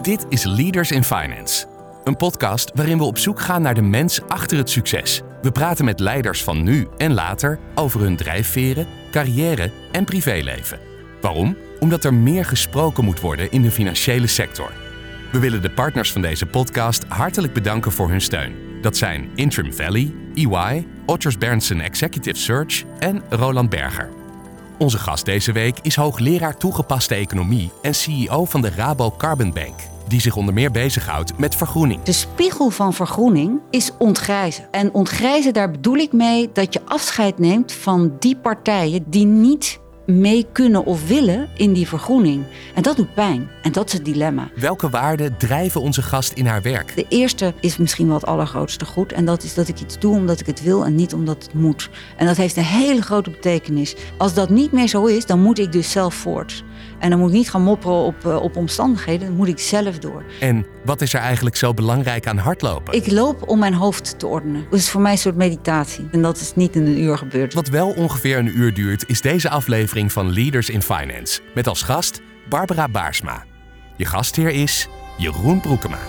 Dit is Leaders in Finance. Een podcast waarin we op zoek gaan naar de mens achter het succes. We praten met leiders van nu en later over hun drijfveren, carrière en privéleven. Waarom? Omdat er meer gesproken moet worden in de financiële sector. We willen de partners van deze podcast hartelijk bedanken voor hun steun. Dat zijn Interim Valley, EY, Odgers Berndsen Executive Search en Roland Berger. Onze gast deze week is hoogleraar toegepaste economie en CEO van de Rabo Carbon Bank, die zich onder meer bezighoudt met vergroening. De spiegel van vergroening is ontgrijzen. En ontgrijzen, daar bedoel ik mee dat je afscheid neemt van die partijen die niet mee kunnen of willen in die vergroening. En dat doet pijn. En dat is het dilemma. Welke waarden drijven onze gast in haar werk? De eerste is misschien wel het allergrootste goed. En dat is dat ik iets doe omdat ik het wil en niet omdat het moet. En dat heeft een hele grote betekenis. Als dat niet meer zo is, dan moet ik dus zelf voort. En dan moet ik niet gaan mopperen op omstandigheden. Dan moet ik zelf door. En wat is er eigenlijk zo belangrijk aan hardlopen? Ik loop om mijn hoofd te ordenen. Dat is voor mij een soort meditatie. En dat is niet in een uur gebeurd. Wat wel ongeveer een uur duurt, is deze aflevering van Leaders in Finance. Met als gast Barbara Baarsma. Je gastheer is Jeroen Broekema.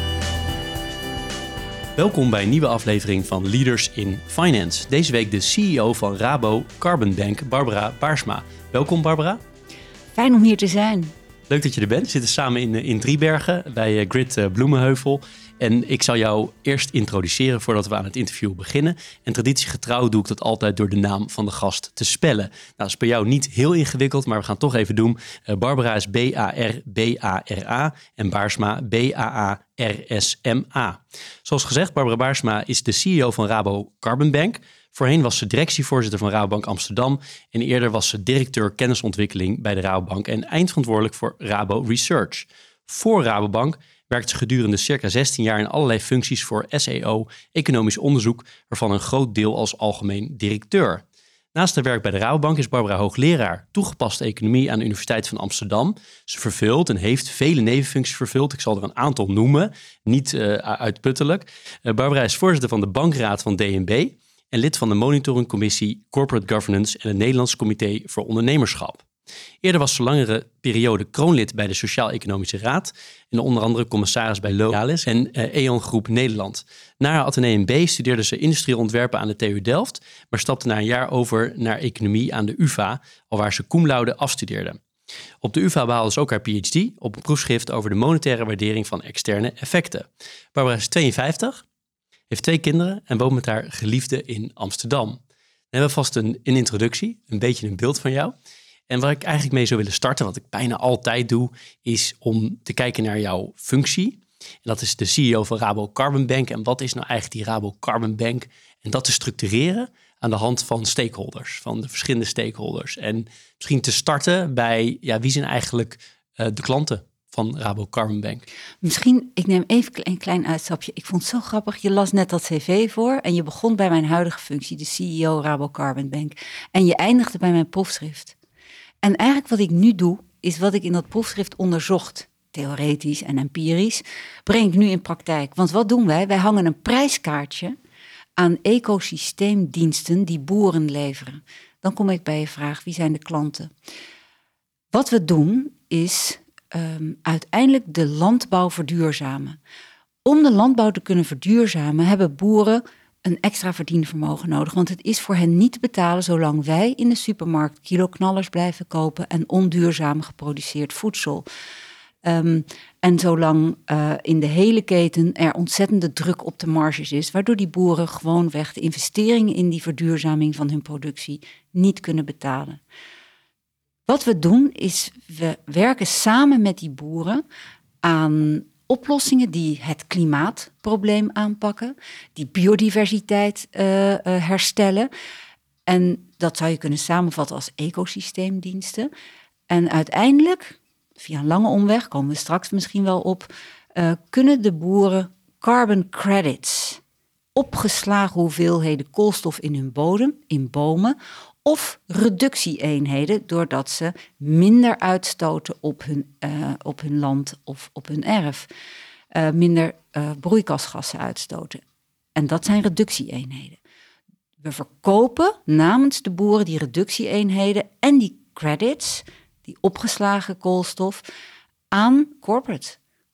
Welkom bij een nieuwe aflevering van Leaders in Finance. Deze week de CEO van Rabo Carbon Bank, Barbara Baarsma. Welkom Barbara. Fijn om hier te zijn. Leuk dat je er bent. We zitten samen in Driebergen bij Grit Bloemenheuvel. En ik zal jou eerst introduceren voordat we aan het interview beginnen. En traditiegetrouw doe ik dat altijd door de naam van de gast te spellen. Nou, dat is bij jou niet heel ingewikkeld, maar we gaan het toch even doen. Barbara is B-A-R-B-A-R-A en Baarsma B-A-A-R-S-M-A. Zoals gezegd, Barbara Baarsma is de CEO van Rabo Carbon Bank. Voorheen was ze directievoorzitter van Rabobank Amsterdam en eerder was ze directeur kennisontwikkeling bij de Rabobank en eindverantwoordelijk voor Rabo Research. Voor Rabobank werkte ze gedurende circa 16 jaar in allerlei functies voor SEO, economisch onderzoek, waarvan een groot deel als algemeen directeur. Naast haar werk bij de Rabobank is Barbara hoogleraar toegepaste economie aan de Universiteit van Amsterdam. Ze vervult en heeft vele nevenfuncties vervuld. Ik zal er een aantal noemen, niet uitputtelijk. Barbara is voorzitter van de bankraad van DNB en lid van de monitoringcommissie Corporate Governance en het Nederlands Comité voor Ondernemerschap. Eerder was ze langere periode kroonlid bij de Sociaal-Economische Raad en onder andere commissaris bij Loyalis en E.ON Groep Nederland. Na haar Atheneum B studeerde ze industrieel ontwerpen aan de TU Delft, maar stapte na een jaar over naar economie aan de UvA, alwaar ze cum laude afstudeerde. Op de UvA behaalde ze ook haar PhD op een proefschrift over de monetaire waardering van externe effecten. Barbara is 52, heeft 2 kinderen en woont met haar geliefde in Amsterdam. We hebben vast een introductie, een beetje een beeld van jou. En waar ik eigenlijk mee zou willen starten, wat ik bijna altijd doe, is om te kijken naar jouw functie. En dat is de CEO van Rabo Carbon Bank. En wat is nou eigenlijk die Rabo Carbon Bank? En dat te structureren aan de hand van stakeholders, van de verschillende stakeholders. En misschien te starten bij, wie zijn eigenlijk de klanten van Rabo Carbon Bank? Misschien, ik neem even een klein uitstapje. Ik vond het zo grappig. Je las net dat cv voor en je begon bij mijn huidige functie, de CEO Rabo Carbon Bank. En je eindigde bij mijn proefschrift. En eigenlijk wat ik nu doe, is wat ik in dat proefschrift onderzocht, theoretisch en empirisch, breng ik nu in praktijk. Want wat doen wij? Wij hangen een prijskaartje aan ecosysteemdiensten die boeren leveren. Dan kom ik bij je vraag, wie zijn de klanten? Wat we doen is uiteindelijk de landbouw verduurzamen. Om de landbouw te kunnen verduurzamen hebben boeren een extra verdienvermogen nodig. Want het is voor hen niet te betalen zolang wij in de supermarkt kiloknallers blijven kopen en onduurzaam geproduceerd voedsel. En zolang in de hele keten er ontzettende druk op de marges is, waardoor die boeren gewoonweg de investeringen in die verduurzaming van hun productie niet kunnen betalen. Wat we doen is, we werken samen met die boeren aan oplossingen die het klimaatprobleem aanpakken, die biodiversiteit herstellen. En dat zou je kunnen samenvatten als ecosysteemdiensten. En uiteindelijk, via een lange omweg, komen we straks misschien wel op, kunnen de boeren carbon credits, opgeslagen hoeveelheden koolstof in hun bodem, in bomen, of reductie-eenheden, doordat ze minder uitstoten op hun land of op hun erf. Minder broeikasgassen uitstoten. En dat zijn reductie-eenheden. We verkopen namens de boeren die reductie-eenheden en die credits, die opgeslagen koolstof, aan corporate.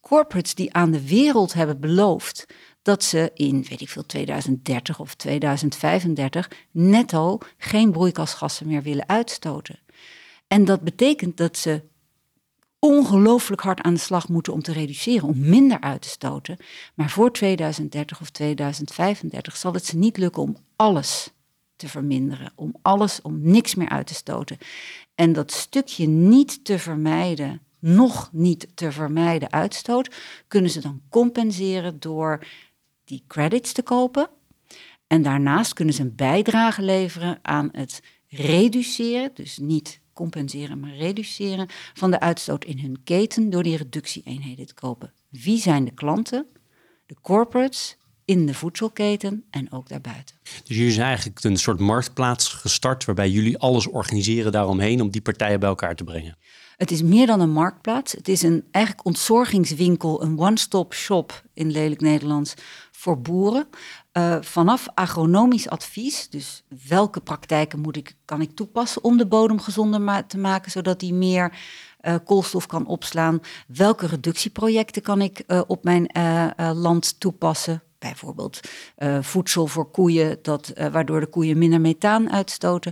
corporates die aan de wereld hebben beloofd dat ze in, 2030 of 2035 netto geen broeikasgassen meer willen uitstoten. En dat betekent dat ze ongelooflijk hard aan de slag moeten om te reduceren, om minder uit te stoten. Maar voor 2030 of 2035 zal het ze niet lukken om alles te verminderen, om niks meer uit te stoten. En dat stukje niet te vermijden, nog niet te vermijden uitstoot, kunnen ze dan compenseren door die credits te kopen. En daarnaast kunnen ze een bijdrage leveren aan het reduceren, dus niet compenseren, maar reduceren van de uitstoot in hun keten door die reductieeenheden te kopen. Wie zijn de klanten? De corporates in de voedselketen en ook daarbuiten. Dus jullie zijn eigenlijk een soort marktplaats gestart waarbij jullie alles organiseren daaromheen om die partijen bij elkaar te brengen. Het is meer dan een marktplaats. Het is een eigenlijk ontzorgingswinkel, een one-stop shop in lelijk Nederlands voor boeren. Vanaf agronomisch advies, dus welke praktijken kan ik toepassen om de bodem gezonder te maken, zodat die meer koolstof kan opslaan. Welke reductieprojecten kan ik op mijn land toepassen? Bijvoorbeeld voedsel voor koeien, waardoor de koeien minder methaan uitstoten.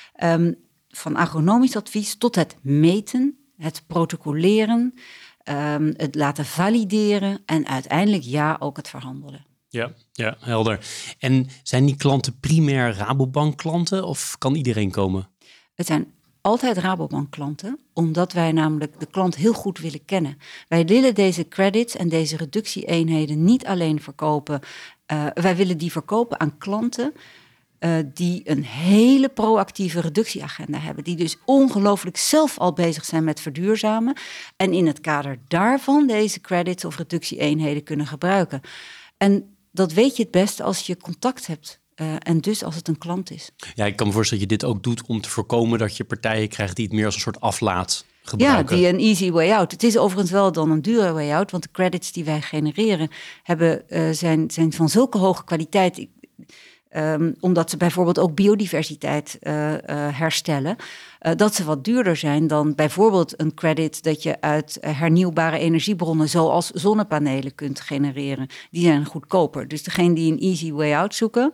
Van agronomisch advies tot het meten, het protocoleren, het laten valideren en uiteindelijk ook het verhandelen. Ja, helder. En zijn die klanten primair Rabobank klanten of kan iedereen komen? Het zijn altijd Rabobank klanten, omdat wij namelijk de klant heel goed willen kennen. Wij willen deze credits en deze reductieeenheden niet alleen verkopen. Wij willen die verkopen aan klanten die een hele proactieve reductieagenda hebben. Die dus ongelooflijk zelf al bezig zijn met verduurzamen. En in het kader daarvan deze credits of reductieeenheden kunnen gebruiken. En dat weet je het beste als je contact hebt. En dus als het een klant is. Ja, ik kan me voorstellen dat je dit ook doet om te voorkomen dat je partijen krijgt die het meer als een soort aflaat gebruiken. Ja, die een easy way out. Het is overigens wel dan een dure way out, want de credits die wij genereren zijn van zulke hoge kwaliteit. Omdat ze bijvoorbeeld ook biodiversiteit herstellen. Dat ze wat duurder zijn dan bijvoorbeeld een credit dat je uit hernieuwbare energiebronnen zoals zonnepanelen kunt genereren. Die zijn goedkoper. Dus degene die een easy way out zoeken,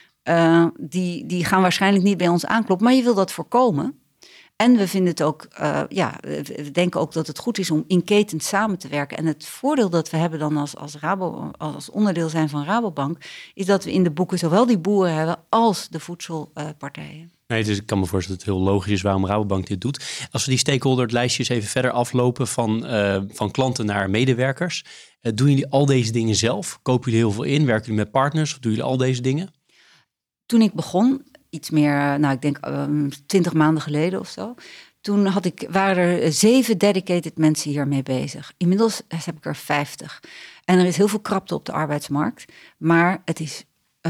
die gaan waarschijnlijk niet bij ons aankloppen. Maar je wil dat voorkomen. En we vinden het ook, we denken ook dat het goed is om in ketens samen te werken. En het voordeel dat we hebben dan als onderdeel zijn van Rabobank, is dat we in de boeken zowel die boeren hebben als de voedselpartijen. Nee, dus ik kan me voorstellen dat het heel logisch is waarom Rabobank dit doet. Als we die stakeholder-lijstjes even verder aflopen van klanten naar medewerkers. Doen jullie al deze dingen zelf? Kopen jullie heel veel in? Werken jullie met partners? Of doen jullie al deze dingen? Toen ik begon, iets meer, ik denk 20 maanden geleden of zo. Toen waren er 7 dedicated mensen hiermee bezig. Inmiddels heb ik er 50. En er is heel veel krapte op de arbeidsmarkt. Maar het is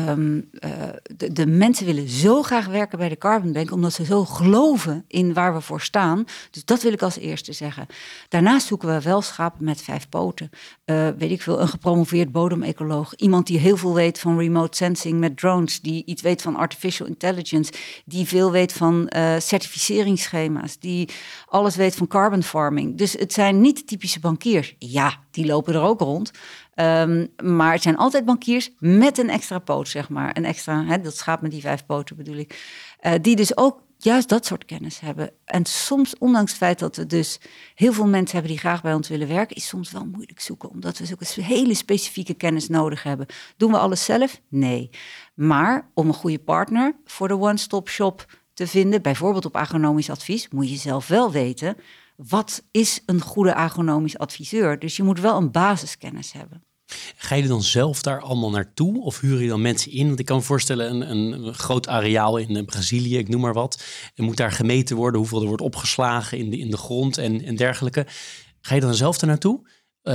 de mensen willen zo graag werken bij de Carbon Bank, omdat ze zo geloven in waar we voor staan. Dus dat wil ik als eerste zeggen. Daarnaast zoeken we wel schapen met 5 poten. Een gepromoveerd bodemecoloog. Iemand die heel veel weet van remote sensing met drones. Die iets weet van artificial intelligence. Die veel weet van certificeringsschema's. Die alles weet van carbon farming. Dus het zijn niet typische bankiers. Ja, die lopen er ook rond. Maar het zijn altijd bankiers met een extra poot, zeg maar. Een extra, dat schaap met die 5 poten bedoel ik. Die dus ook juist dat soort kennis hebben. En soms, ondanks het feit dat we dus heel veel mensen hebben die graag bij ons willen werken, is soms wel moeilijk zoeken. Omdat we zulke hele specifieke kennis nodig hebben. Doen we alles zelf? Nee. Maar om een goede partner voor de one-stop shop te vinden, bijvoorbeeld op agronomisch advies, moet je zelf wel weten, wat is een goede agronomisch adviseur? Dus je moet wel een basiskennis hebben. Ga je dan zelf daar allemaal naartoe of huur je dan mensen in? Want ik kan me voorstellen, een groot areaal in Brazilië, ik noem maar wat. Er moet daar gemeten worden hoeveel er wordt opgeslagen in de grond en dergelijke. Ga je dan zelf daar naartoe?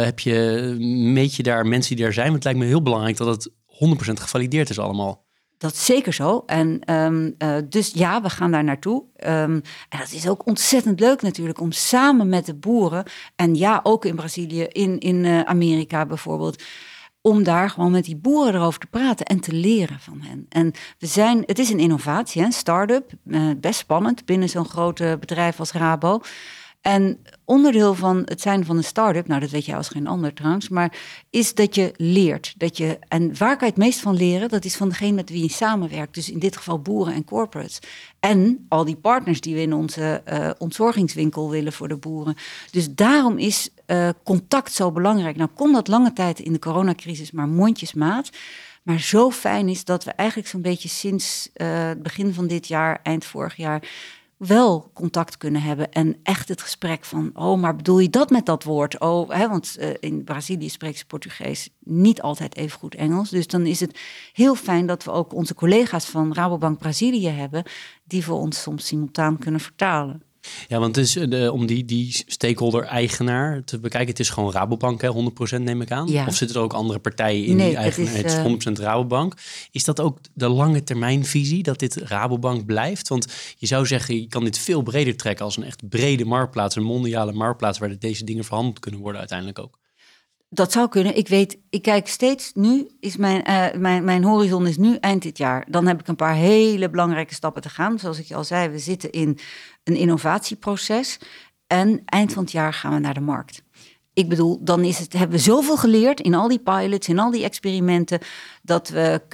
Meet je daar mensen die daar zijn? Want het lijkt me heel belangrijk dat het 100% gevalideerd is allemaal. Dat is zeker zo. En dus ja, we gaan daar naartoe. En dat is ook ontzettend leuk natuurlijk om samen met de boeren, en ja, ook in Brazilië, in Amerika bijvoorbeeld, om daar gewoon met die boeren erover te praten en te leren van hen. En het is een innovatie, een start-up, best spannend binnen zo'n groot bedrijf als Rabo. En onderdeel van het zijn van een start-up, nou dat weet jij als geen ander trouwens, maar is dat je leert. En waar kan je het meest van leren? Dat is van degene met wie je samenwerkt. Dus in dit geval boeren en corporates. En al die partners die we in onze ontzorgingswinkel willen voor de boeren. Dus daarom is contact zo belangrijk. Nou kon dat lange tijd in de coronacrisis maar mondjesmaat. Maar zo fijn is dat we eigenlijk zo'n beetje sinds het begin van dit jaar, eind vorig jaar, wel contact kunnen hebben en echt het gesprek van, maar bedoel je dat met dat woord? Want in Brazilië spreekt ze Portugees, niet altijd even goed Engels. Dus dan is het heel fijn dat we ook onze collega's van Rabobank Brazilië hebben, die voor ons soms simultaan kunnen vertalen. Ja, want het is om die stakeholder-eigenaar te bekijken. Het is gewoon Rabobank, hè, 100% neem ik aan. Ja. Of zitten er ook andere partijen in die eigenaar? Het is 100% Rabobank. Is dat ook de lange termijnvisie, dat dit Rabobank blijft? Want je zou zeggen, je kan dit veel breder trekken als een echt brede marktplaats, een mondiale marktplaats waar deze dingen verhandeld kunnen worden uiteindelijk ook. Dat zou kunnen. Ik kijk steeds nu, is mijn horizon is nu eind dit jaar. Dan heb ik een paar hele belangrijke stappen te gaan. Zoals ik je al zei, we zitten in een innovatieproces. En eind van het jaar gaan we naar de markt. Ik bedoel, dan hebben we zoveel geleerd in al die pilots, in al die experimenten, dat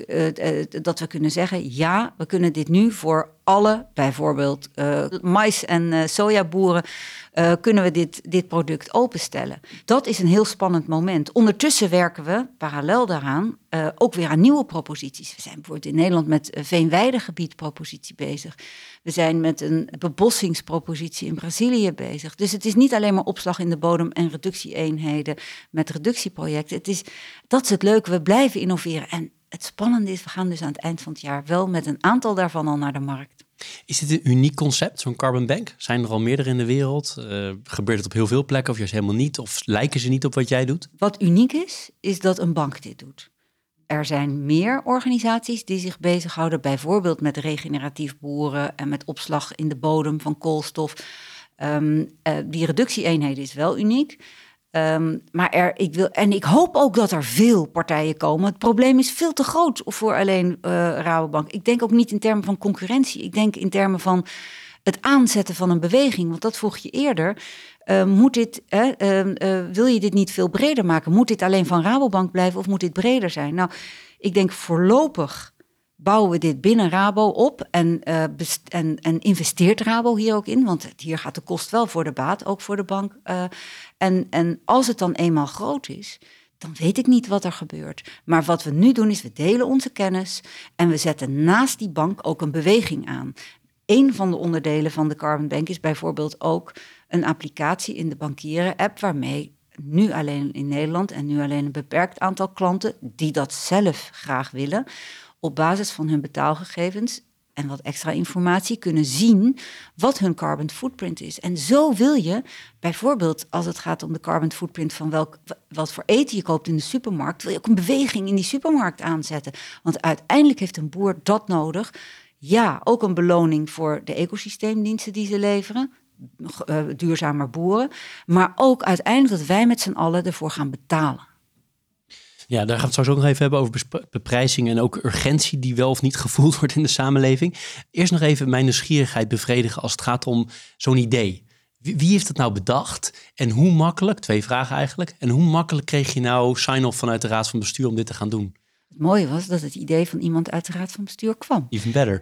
we kunnen zeggen, ja, we kunnen dit nu voor alle, bijvoorbeeld mais- en sojaboeren, kunnen we dit product openstellen. Dat is een heel spannend moment. Ondertussen werken we, parallel daaraan, ook weer aan nieuwe proposities. We zijn bijvoorbeeld in Nederland met veenweidegebiedpropositie bezig. We zijn met een bebossingspropositie in Brazilië bezig. Dus het is niet alleen maar opslag in de bodem en reductieeenheden met reductieprojecten. Dat is het leuke, we blijven innoveren. En het spannende is, we gaan dus aan het eind van het jaar wel met een aantal daarvan al naar de markt. Is dit een uniek concept, zo'n Carbon Bank? Zijn er al meerdere in de wereld? Gebeurt het op heel veel plekken of juist helemaal niet? Of lijken ze niet op wat jij doet? Wat uniek is dat een bank dit doet. Er zijn meer organisaties die zich bezighouden, bijvoorbeeld met regeneratief boeren en met opslag in de bodem van koolstof. Die reductieeenheden is wel uniek. Maar ik hoop ook dat er veel partijen komen. Het probleem is veel te groot voor alleen Rabobank. Ik denk ook niet in termen van concurrentie. Ik denk in termen van het aanzetten van een beweging. Want dat vroeg je eerder. Wil je dit niet veel breder maken? Moet dit alleen van Rabobank blijven of moet dit breder zijn? Nou, ik denk voorlopig bouwen we dit binnen Rabo op en investeert Rabo hier ook in, want hier gaat de kost wel voor de baat, ook voor de bank. En als het dan eenmaal groot is, dan weet ik niet wat er gebeurt. Maar wat we nu doen is, we delen onze kennis en we zetten naast die bank ook een beweging aan. Een van de onderdelen van de Carbon Bank is bijvoorbeeld ook een applicatie in de bankieren-app, waarmee nu alleen in Nederland en nu alleen een beperkt aantal klanten die dat zelf graag willen, op basis van hun betaalgegevens en wat extra informatie kunnen zien wat hun carbon footprint is. En zo wil je bijvoorbeeld, als het gaat om de carbon footprint van wat voor eten je koopt in de supermarkt, wil je ook een beweging in die supermarkt aanzetten. Want uiteindelijk heeft een boer dat nodig. Ja, ook een beloning voor de ecosysteemdiensten die ze leveren, duurzamer boeren, maar ook uiteindelijk dat wij met z'n allen ervoor gaan betalen. Ja, daar gaan we het straks ook nog even hebben over beprijzing en ook urgentie die wel of niet gevoeld wordt in de samenleving. Eerst nog even mijn nieuwsgierigheid bevredigen als het gaat om zo'n idee. Wie heeft het nou bedacht en hoe makkelijk, 2 vragen eigenlijk, en hoe makkelijk kreeg je nou sign-off vanuit de Raad van Bestuur om dit te gaan doen? Het mooie was dat het idee van iemand uit de Raad van Bestuur kwam. Even better.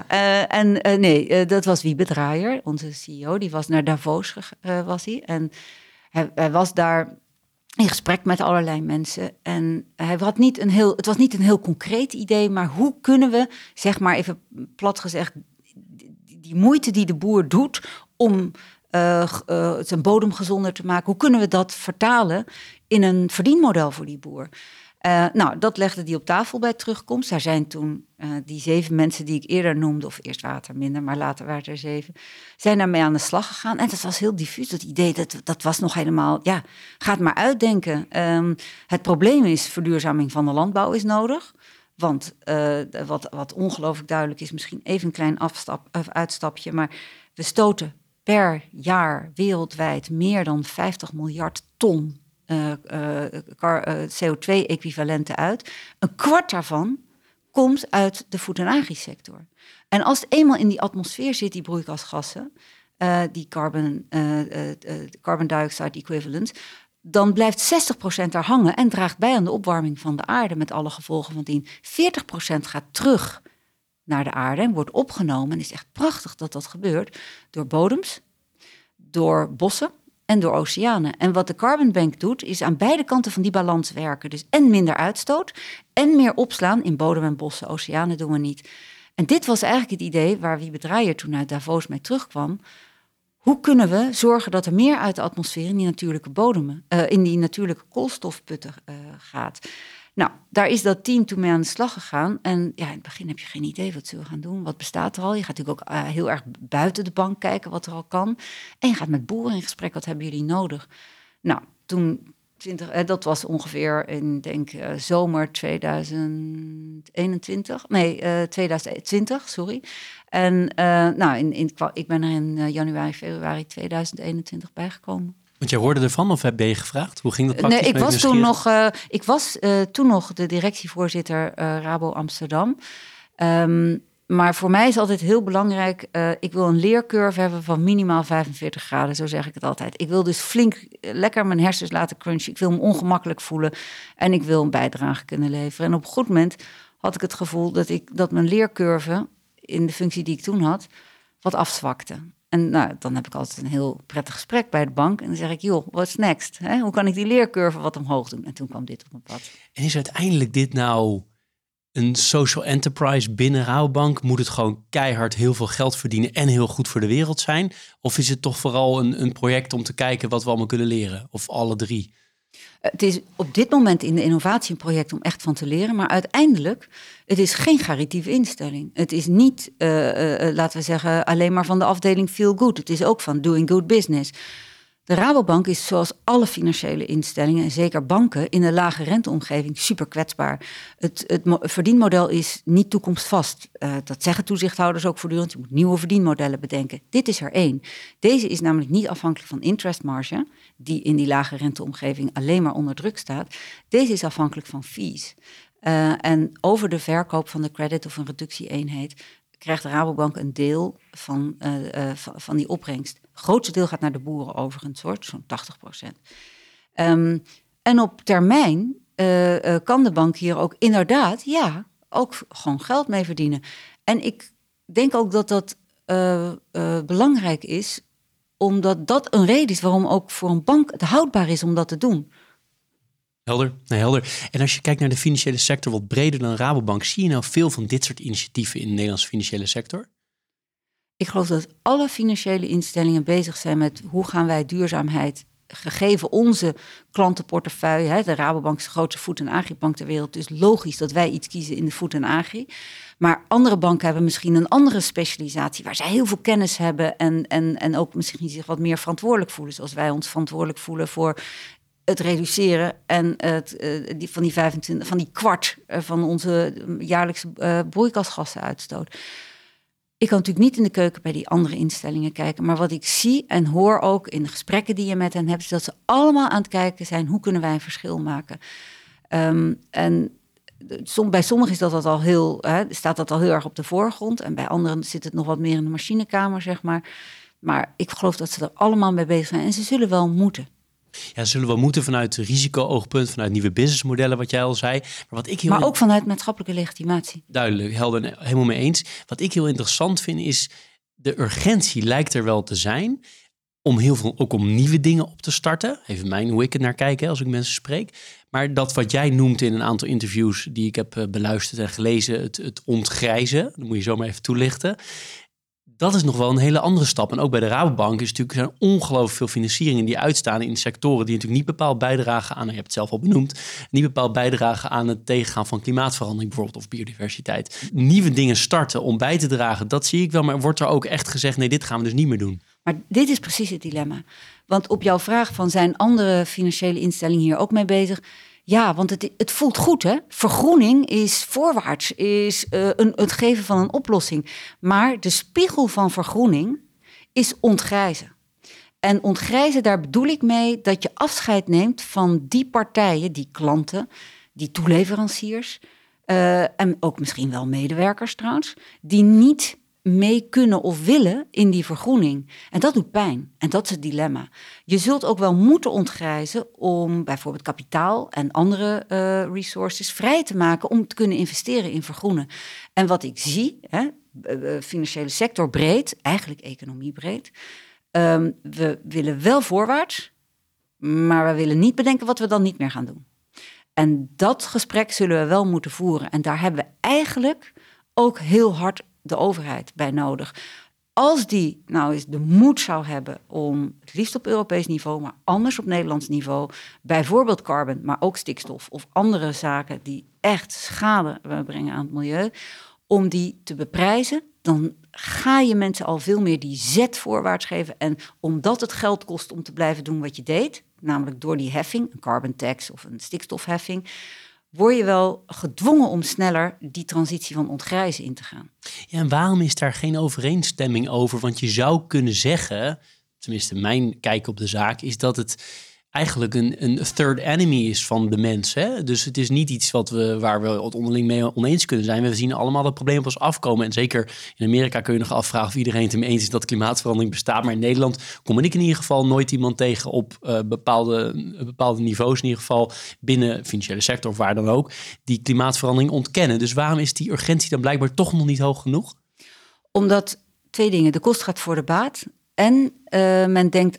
Dat was Wiebe Draaier, onze CEO. Die was naar Davos, was hij. En hij was daar in gesprek met allerlei mensen. En het was niet een heel concreet idee, maar hoe kunnen we, zeg maar even plat gezegd, die moeite die de boer doet om zijn bodem gezonder te maken, hoe kunnen we dat vertalen in een verdienmodel voor die boer? Dat legde hij op tafel bij terugkomst. Daar zijn toen die 7 mensen die ik eerder noemde, of eerst waren het er minder, maar later waren het er 7, zijn daarmee aan de slag gegaan. En dat was heel diffuus, dat idee, dat was nog helemaal, ga het maar uitdenken. Het probleem is, verduurzaming van de landbouw is nodig. Want wat ongelooflijk duidelijk is, misschien even een klein uitstapje, maar we stoten per jaar wereldwijd meer dan 50 miljard ton CO2-equivalenten uit. Een kwart daarvan komt uit de food- en agri-sector. En als het eenmaal in die atmosfeer zit, die broeikasgassen, die carbon dioxide equivalent, dan blijft 60% daar hangen en draagt bij aan de opwarming van de aarde met alle gevolgen van dien. 40% gaat terug naar de aarde en wordt opgenomen. En het is echt prachtig dat dat gebeurt door bodems, door bossen en door oceanen. En wat de Carbon Bank doet, is aan beide kanten van die balans werken. Dus en minder uitstoot en meer opslaan in bodem en bossen. Oceanen doen we niet. En dit was eigenlijk het idee waar Wiebe Draaier toen uit Davos mee terugkwam. Hoe kunnen we zorgen dat er meer uit de atmosfeer in die natuurlijke bodemen, in die natuurlijke koolstofputten gaat? Nou, daar is dat team toen mee aan de slag gegaan. En ja, in het begin heb je geen idee wat ze gaan doen. Wat bestaat er al? Je gaat natuurlijk ook heel erg buiten de bank kijken wat er al kan. En je gaat met boeren in gesprek. Wat hebben jullie nodig? Nou, toen dat was ongeveer in, zomer 2020, sorry. En ik ben er in januari, februari 2021 bijgekomen. Want jij hoorde ervan of ben je gevraagd? Hoe ging dat praktisch? Nee, ik was toen nog de directievoorzitter Rabo Amsterdam. Maar voor mij is altijd heel belangrijk, ik wil een leercurve hebben van minimaal 45 graden, zo zeg ik het altijd. Ik wil dus flink lekker mijn hersens laten crunchen. Ik wil me ongemakkelijk voelen en ik wil een bijdrage kunnen leveren. En op een goed moment had ik het gevoel dat mijn leercurve in de functie die ik toen had, wat afzwakte. En nou, dan heb ik altijd een heel prettig gesprek bij de bank. En dan zeg ik, joh, what's next? Hoe kan ik die leercurve wat omhoog doen? En toen kwam dit op mijn pad. En is uiteindelijk dit nou een social enterprise binnen Rabobank? Moet het gewoon keihard heel veel geld verdienen en heel goed voor de wereld zijn? Of is het toch vooral een project om te kijken wat we allemaal kunnen leren? Of alle drie? Het is op dit moment in de innovatie een project om echt van te leren. Maar uiteindelijk, het is geen charitieve instelling. Het is niet, laten we zeggen, alleen maar van de afdeling Feel Good. Het is ook van doing good business. De Rabobank is zoals alle financiële instellingen, en zeker banken, in een lage renteomgeving super kwetsbaar. Het verdienmodel is niet toekomstvast. Dat zeggen toezichthouders ook voortdurend. Je moet nieuwe verdienmodellen bedenken. Dit is er één. Deze is namelijk niet afhankelijk van interestmarge, die in die lage renteomgeving alleen maar onder druk staat. Deze is afhankelijk van fees. En over de verkoop van de credit of een reductieeenheid krijgt de Rabobank een deel van die opbrengst. Het grootste deel gaat naar de boeren overigens, zo'n 80%. En op termijn kan de bank hier ook inderdaad, ook gewoon geld mee verdienen. En ik denk ook dat dat belangrijk is, omdat dat een reden is waarom ook voor een bank het houdbaar is om dat te doen. Helder. En als je kijkt naar de financiële sector wat breder dan Rabobank, zie je nou veel van dit soort initiatieven in de Nederlandse financiële sector? Ik geloof dat alle financiële instellingen bezig zijn met hoe gaan wij duurzaamheid, gegeven onze klantenportefeuille. De Rabobank is de grootste food- en agribank ter wereld. Dus logisch dat wij iets kiezen in de food en agri. Maar andere banken hebben misschien een andere specialisatie waar zij heel veel kennis hebben en ook misschien zich wat meer verantwoordelijk voelen. Zoals wij ons verantwoordelijk voelen voor het reduceren en van die kwart van onze jaarlijkse broeikasgassenuitstoot. Ik kan natuurlijk niet in de keuken bij die andere instellingen kijken, maar wat ik zie en hoor ook in de gesprekken die je met hen hebt, is dat ze allemaal aan het kijken zijn, hoe kunnen wij een verschil maken? Bij sommigen is dat al staat dat al heel erg op de voorgrond en bij anderen zit het nog wat meer in de machinekamer, zeg maar. Maar ik geloof dat ze er allemaal mee bezig zijn en ze zullen wel moeten. Ja, zullen we moeten vanuit risico-oogpunt, vanuit nieuwe businessmodellen, wat jij al zei. Maar ook vanuit maatschappelijke legitimatie. Duidelijk, helder, helemaal mee eens. Wat ik heel interessant vind is, de urgentie lijkt er wel te zijn om heel veel, ook om nieuwe dingen op te starten. Even hoe ik het naar kijk als ik mensen spreek. Maar dat wat jij noemt in een aantal interviews die ik heb beluisterd en gelezen, het ontgrijzen, dat moet je zo maar even toelichten. Dat is nog wel een hele andere stap. En ook bij de Rabobank is natuurlijk, zijn ongelooflijk veel financieringen die uitstaan in sectoren die natuurlijk niet bepaald bijdragen aan, je hebt het zelf al benoemd, niet bepaald bijdragen aan het tegengaan van klimaatverandering bijvoorbeeld of biodiversiteit. Nieuwe dingen starten om bij te dragen, dat zie ik wel. Maar wordt er ook echt gezegd, nee, dit gaan we dus niet meer doen? Maar dit is precies het dilemma. Want op jouw vraag van zijn andere financiële instellingen hier ook mee bezig? Ja, want het voelt goed, hè? Vergroening is voorwaarts, is het geven van een oplossing. Maar de spiegel van vergroening is ontgrijzen. En ontgrijzen, daar bedoel ik mee dat je afscheid neemt van die partijen, die klanten, die toeleveranciers en ook misschien wel medewerkers trouwens, die niet mee kunnen of willen in die vergroening. En dat doet pijn. En dat is het dilemma. Je zult ook wel moeten ontgrijzen om bijvoorbeeld kapitaal en andere resources vrij te maken om te kunnen investeren in vergroenen. En wat ik zie, financiële sector breed, eigenlijk economie breed, we willen wel voorwaarts, maar we willen niet bedenken wat we dan niet meer gaan doen. En dat gesprek zullen we wel moeten voeren. En daar hebben we eigenlijk ook heel hard de overheid bij nodig. Als die nou eens de moed zou hebben om het liefst op Europees niveau, maar anders op Nederlands niveau, bijvoorbeeld carbon, maar ook stikstof of andere zaken die echt schade brengen aan het milieu, om die te beprijzen, dan ga je mensen al veel meer die zet voorwaarts geven. En omdat het geld kost om te blijven doen wat je deed, namelijk door die heffing, een carbon tax of een stikstofheffing, word je wel gedwongen om sneller die transitie van ontgrijzen in te gaan. Ja, en waarom is daar geen overeenstemming over? Want je zou kunnen zeggen, tenminste mijn kijk op de zaak, is dat het eigenlijk een third enemy is van de mens. Hè? Dus het is niet iets waar we het onderling mee oneens kunnen zijn. We zien allemaal dat probleem op ons afkomen. En zeker in Amerika kun je nog afvragen of iedereen het ermee eens is dat klimaatverandering bestaat. Maar in Nederland kom ik in ieder geval nooit iemand tegen op bepaalde niveaus, in ieder geval binnen financiële sector of waar dan ook, die klimaatverandering ontkennen. Dus waarom is die urgentie dan blijkbaar toch nog niet hoog genoeg? Omdat 2 dingen. De kost gaat voor de baat. En men denkt,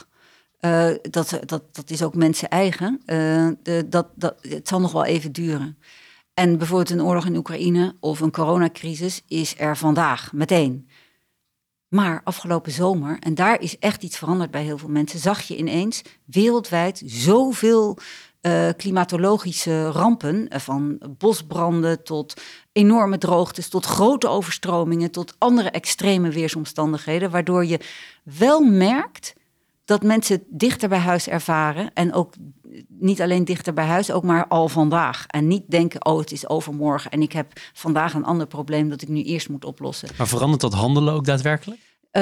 dat is ook mensen eigen. Het zal nog wel even duren. En bijvoorbeeld een oorlog in Oekraïne of een coronacrisis is er vandaag, meteen. Maar afgelopen zomer, en daar is echt iets veranderd bij heel veel mensen, zag je ineens wereldwijd zoveel klimatologische rampen, van bosbranden tot enorme droogtes, tot grote overstromingen, tot andere extreme weersomstandigheden, waardoor je wel merkt dat mensen dichter bij huis ervaren en ook niet alleen dichter bij huis, ook maar al vandaag. En niet denken, het is overmorgen en ik heb vandaag een ander probleem dat ik nu eerst moet oplossen. Maar verandert dat handelen ook daadwerkelijk?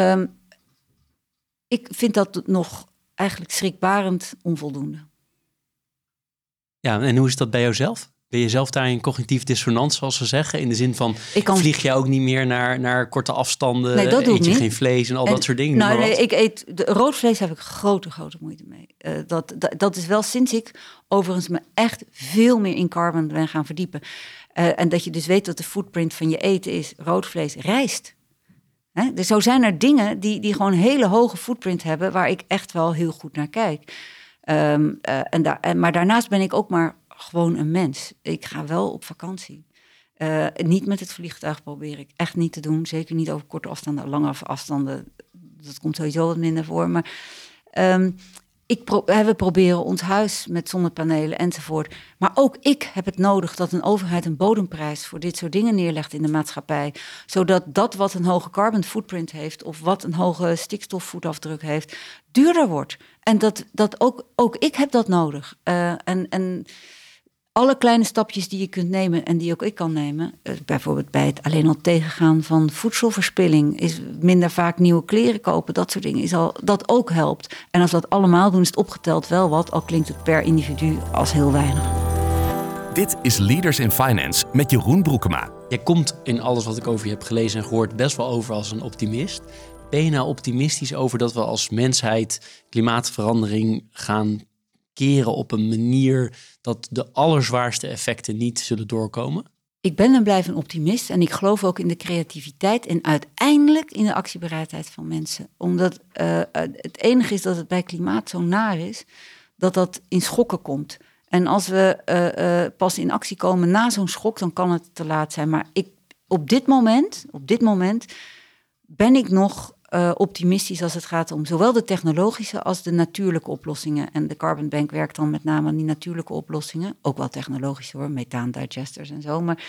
Ik vind dat nog eigenlijk schrikbarend onvoldoende. Ja, en hoe is dat bij jouzelf? Ben je zelf daar in cognitief dissonant, zoals ze zeggen? In de zin van, vlieg je ook niet meer naar korte afstanden? Nee, dat doe ik niet. Geen vlees en dat soort dingen? Nou, nee, ik eet rood vlees, heb ik grote moeite mee. Dat is wel sinds ik overigens me echt veel meer in carbon ben gaan verdiepen. En dat je dus weet dat de footprint van je eten is rood vlees, rijst. Dus zo zijn er dingen die gewoon een hele hoge footprint hebben, waar ik echt wel heel goed naar kijk. Maar daarnaast ben ik ook maar gewoon een mens. Ik ga wel op vakantie. Niet met het vliegtuig probeer ik echt niet te doen. Zeker niet over korte afstanden, lange afstanden. Dat komt sowieso wat minder voor. Maar we proberen ons huis met zonnepanelen enzovoort. Maar ook ik heb het nodig dat een overheid een bodemprijs voor dit soort dingen neerlegt in de maatschappij. Zodat dat wat een hoge carbon footprint heeft of wat een hoge stikstofvoetafdruk heeft, duurder wordt. En dat ook ik heb dat nodig. En alle kleine stapjes die je kunt nemen en die ook ik kan nemen, bijvoorbeeld bij het alleen al tegengaan van voedselverspilling, is minder vaak nieuwe kleren kopen, dat soort dingen, dat ook helpt. En als we dat allemaal doen, is het opgeteld wel wat, al klinkt het per individu als heel weinig. Dit is Leaders in Finance met Jeroen Broekema. Jij komt in alles wat ik over je heb gelezen en gehoord best wel over als een optimist. Ben je nou optimistisch over dat we als mensheid klimaatverandering gaan keren op een manier dat de allerzwaarste effecten niet zullen doorkomen? Ik ben en blijf een optimist en ik geloof ook in de creativiteit en uiteindelijk in de actiebereidheid van mensen. Omdat het enige is dat het bij klimaat zo naar is, dat in schokken komt. En als we pas in actie komen na zo'n schok, dan kan het te laat zijn. Maar op dit moment ben ik nog optimistisch als het gaat om zowel de technologische als de natuurlijke oplossingen. En de Carbon Bank werkt dan met name aan die natuurlijke oplossingen. Ook wel technologisch hoor, methaandigesters en zo. Maar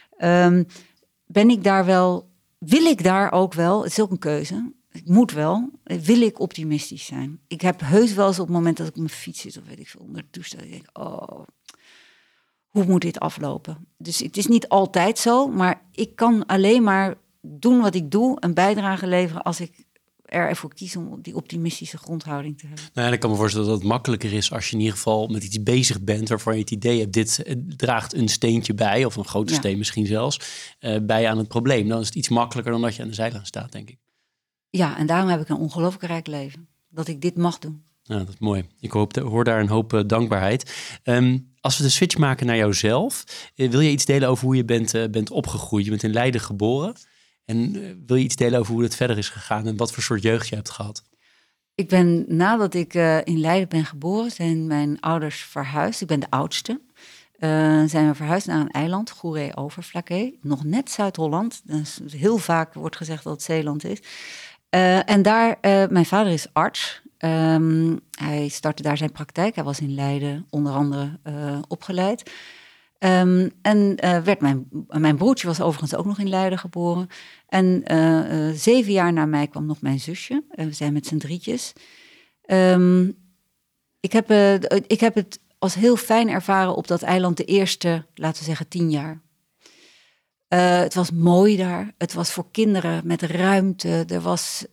wil ik daar ook wel, het is ook een keuze, ik moet wel, wil ik optimistisch zijn. Ik heb heus wel eens op het moment dat ik op mijn fiets zit of weet ik veel, onder de douche, dat ik denk, hoe moet dit aflopen? Dus het is niet altijd zo, maar ik kan alleen maar doen wat ik doe, een bijdrage leveren als ik ervoor kies om die optimistische grondhouding te hebben. Nou ja, ik kan me voorstellen dat het makkelijker is als je in ieder geval met iets bezig bent waarvan je het idee hebt, dit draagt een steentje bij, of een grote steen misschien zelfs, bij aan het probleem. Dan is het iets makkelijker dan dat je aan de zijlijn staat, denk ik. Ja, en daarom heb ik een ongelooflijk rijk leven. Dat ik dit mag doen. Ja, dat is mooi. Ik hoor daar een hoop dankbaarheid. Als we de switch maken naar jouzelf, wil je iets delen over hoe je bent opgegroeid? Je bent in Leiden geboren. En wil je iets delen over hoe het verder is gegaan en wat voor soort jeugd je hebt gehad? Ik ben, nadat ik in Leiden ben geboren, zijn mijn ouders verhuisd. Ik ben de oudste. Zijn we verhuisd naar een eiland, Goeree-Overflakkee. Nog net Zuid-Holland. Dus heel vaak wordt gezegd dat het Zeeland is. En daar, mijn vader is arts. Hij startte daar zijn praktijk. Hij was in Leiden onder andere opgeleid. Werd mijn broertje was overigens ook nog in Leiden geboren. En 7 jaar na mij kwam nog mijn zusje. We zijn met z'n drietjes. Ik heb het als heel fijn ervaren op dat eiland de eerste, laten we zeggen, 10 jaar. Het was mooi daar. Het was voor kinderen met ruimte. Er was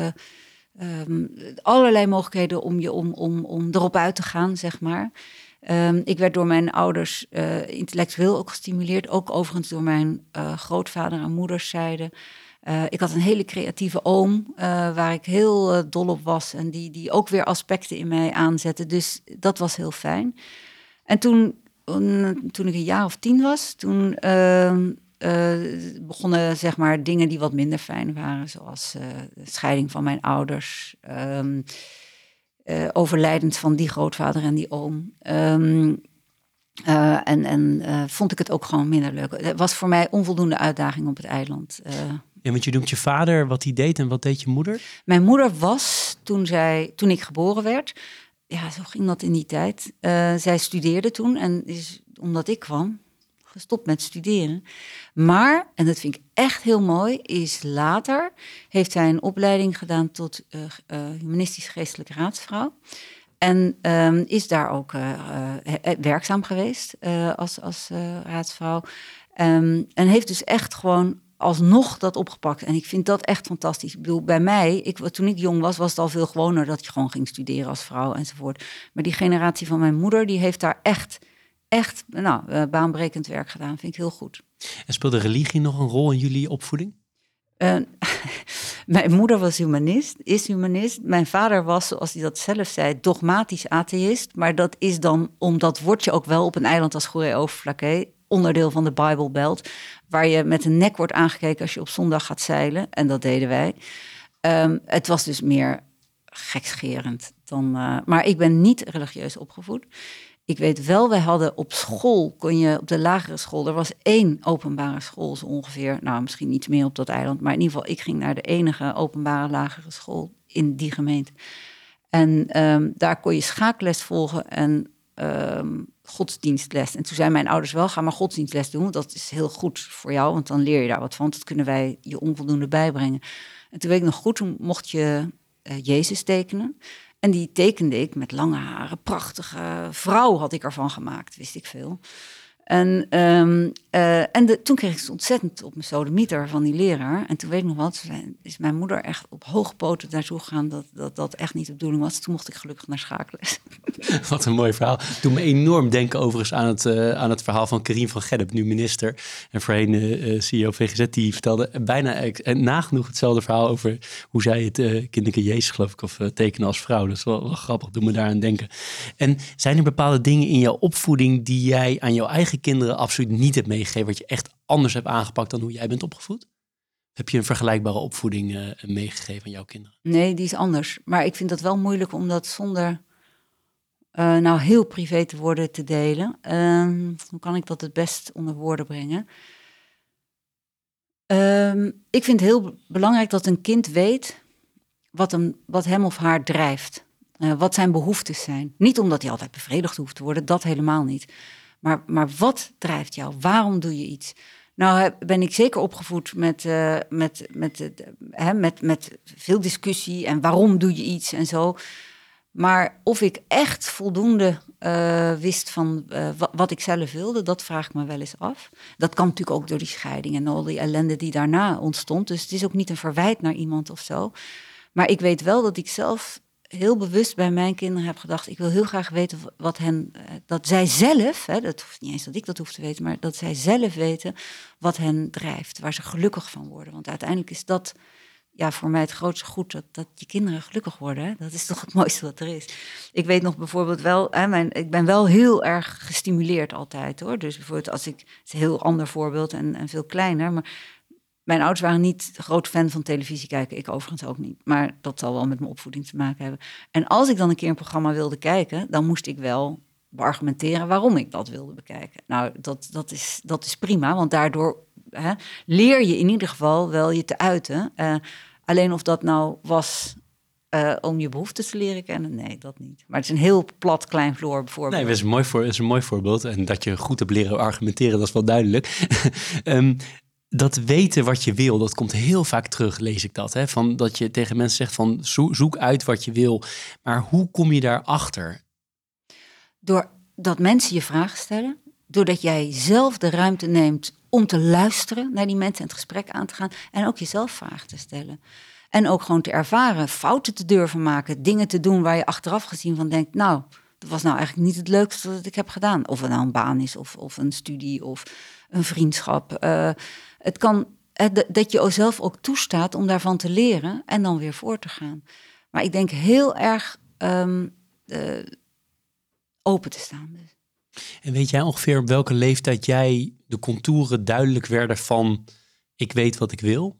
allerlei mogelijkheden om erop uit te gaan, zeg maar. Ik werd door mijn ouders intellectueel ook gestimuleerd. Ook overigens door mijn grootvader en moederszijde. Ik had een hele creatieve oom waar ik heel dol op was. En die ook weer aspecten in mij aanzette. Dus dat was heel fijn. En toen ik een jaar of 10 was, toen begonnen zeg maar dingen die wat minder fijn waren. Zoals de scheiding van mijn ouders. Overlijdend van die grootvader en die oom. Vond ik het ook gewoon minder leuk. Het was voor mij onvoldoende uitdaging op het eiland. Ja, want je noemt je vader wat hij deed en wat deed je moeder? Mijn moeder was, toen ik geboren werd, ja, zo ging dat in die tijd. Zij studeerde toen en is, omdat ik kwam, gestopt met studeren. Maar, en dat vind ik echt heel mooi, is later heeft zij een opleiding gedaan tot humanistisch-geestelijke raadsvrouw. En is daar ook werkzaam geweest als raadsvrouw. En heeft dus echt gewoon alsnog dat opgepakt. En ik vind dat echt fantastisch. Ik bedoel, bij mij, toen ik jong was, was het al veel gewoner dat je gewoon ging studeren als vrouw enzovoort. Maar die generatie van mijn moeder, die heeft daar echt baanbrekend werk gedaan. Vind ik heel goed. En speelde religie nog een rol in jullie opvoeding? Mijn moeder was is humanist. Mijn vader was, zoals hij dat zelf zei, dogmatisch atheïst. Maar dat is dan, omdat word je ook wel op een eiland als Goeree-Overflakkee, onderdeel van de Bible Belt, waar je met een nek wordt aangekeken als je op zondag gaat zeilen. En dat deden wij. Het was dus meer gekscherend dan. Maar ik ben niet religieus opgevoed. Ik weet wel, wij hadden op school, op de lagere school, er was 1 openbare school zo ongeveer. Nou, misschien iets meer op dat eiland. Maar in ieder geval, ik ging naar de enige openbare lagere school in die gemeente. En daar kon je schaakles volgen en godsdienstles. En toen zeiden mijn ouders wel, ga maar godsdienstles doen. Want dat is heel goed voor jou, want dan leer je daar wat van. Dat kunnen wij je onvoldoende bijbrengen. En toen weet ik nog goed, toen mocht je Jezus tekenen. En die tekende ik met lange haren, prachtige vrouw had ik ervan gemaakt, wist ik veel. En toen kreeg ik het ontzettend op mijn sodemieter van die leraar. En toen weet ik nog wat, is mijn moeder echt op hoge poten naartoe gegaan dat echt niet de bedoeling was. Toen mocht ik gelukkig naar schaakles. Wat een mooi verhaal. Doe me enorm denken overigens aan het verhaal van Karim van Gennep, nu minister. En voorheen CEO VGZ, die vertelde bijna nagenoeg hetzelfde verhaal over hoe zij het kinderke Jezus, geloof ik, of tekenen als vrouw. Dat is wel grappig, doe me daaraan denken. En zijn er bepaalde dingen in jouw opvoeding die jij aan jouw eigen kinderen absoluut niet hebt meegegeven, wat je echt anders hebt aangepakt dan hoe jij bent opgevoed? Heb je een vergelijkbare opvoeding meegegeven aan jouw kinderen? Nee, die is anders. Maar ik vind dat wel moeilijk om dat zonder heel privé te worden te delen. Hoe kan ik dat het best onder woorden brengen? Ik vind het heel belangrijk dat een kind weet wat hem of haar drijft. Wat zijn behoeftes zijn. Niet omdat hij altijd bevredigd hoeft te worden, dat helemaal niet. Maar wat drijft jou? Waarom doe je iets? Nou ben ik zeker opgevoed met veel discussie en waarom doe je iets en zo. Maar of ik echt voldoende wist van wat ik zelf wilde, dat vraag ik me wel eens af. Dat kan natuurlijk ook door die scheiding en al die ellende die daarna ontstond. Dus het is ook niet een verwijt naar iemand of zo. Maar ik weet wel dat ik zelf heel bewust bij mijn kinderen heb gedacht, ik wil heel graag weten wat hen, dat zij zelf, dat hoeft niet eens dat ik dat hoef te weten, maar dat zij zelf weten wat hen drijft, waar ze gelukkig van worden. Want uiteindelijk is dat voor mij het grootste goed, dat je kinderen gelukkig worden. Hè? Dat is toch het mooiste wat er is. Ik weet nog bijvoorbeeld wel, ik ben wel heel erg gestimuleerd altijd, hoor. Dus bijvoorbeeld het is een heel ander voorbeeld en veel kleiner, maar mijn ouders waren niet groot fan van televisie kijken. Ik overigens ook niet. Maar dat zal wel met mijn opvoeding te maken hebben. En als ik dan een keer een programma wilde kijken, dan moest ik wel beargumenteren waarom ik dat wilde bekijken. Nou, dat is prima, want daardoor leer je in ieder geval wel je te uiten. Alleen of dat nou was om je behoeften te leren kennen, nee, dat niet. Maar het is een heel plat, klein voorbeeld. Nee, dat is een mooi voorbeeld. En dat je goed hebt leren argumenteren, dat is wel duidelijk. Dat weten wat je wil, dat komt heel vaak terug, lees ik dat. Hè? Van dat je tegen mensen zegt van zoek uit wat je wil. Maar hoe kom je daarachter? Doordat mensen je vragen stellen. Doordat jij zelf de ruimte neemt om te luisteren naar die mensen en het gesprek aan te gaan. En ook jezelf vragen te stellen. En ook gewoon te ervaren, fouten te durven maken. Dingen te doen waar je achteraf gezien van denkt, nou, dat was nou eigenlijk niet het leukste dat ik heb gedaan. Of het nou een baan is of een studie of een vriendschap. Het kan dat je zelf ook toestaat om daarvan te leren en dan weer voor te gaan. Maar ik denk heel erg open te staan. Dus. En weet jij ongeveer op welke leeftijd jij de contouren duidelijk werden van ik weet wat ik wil?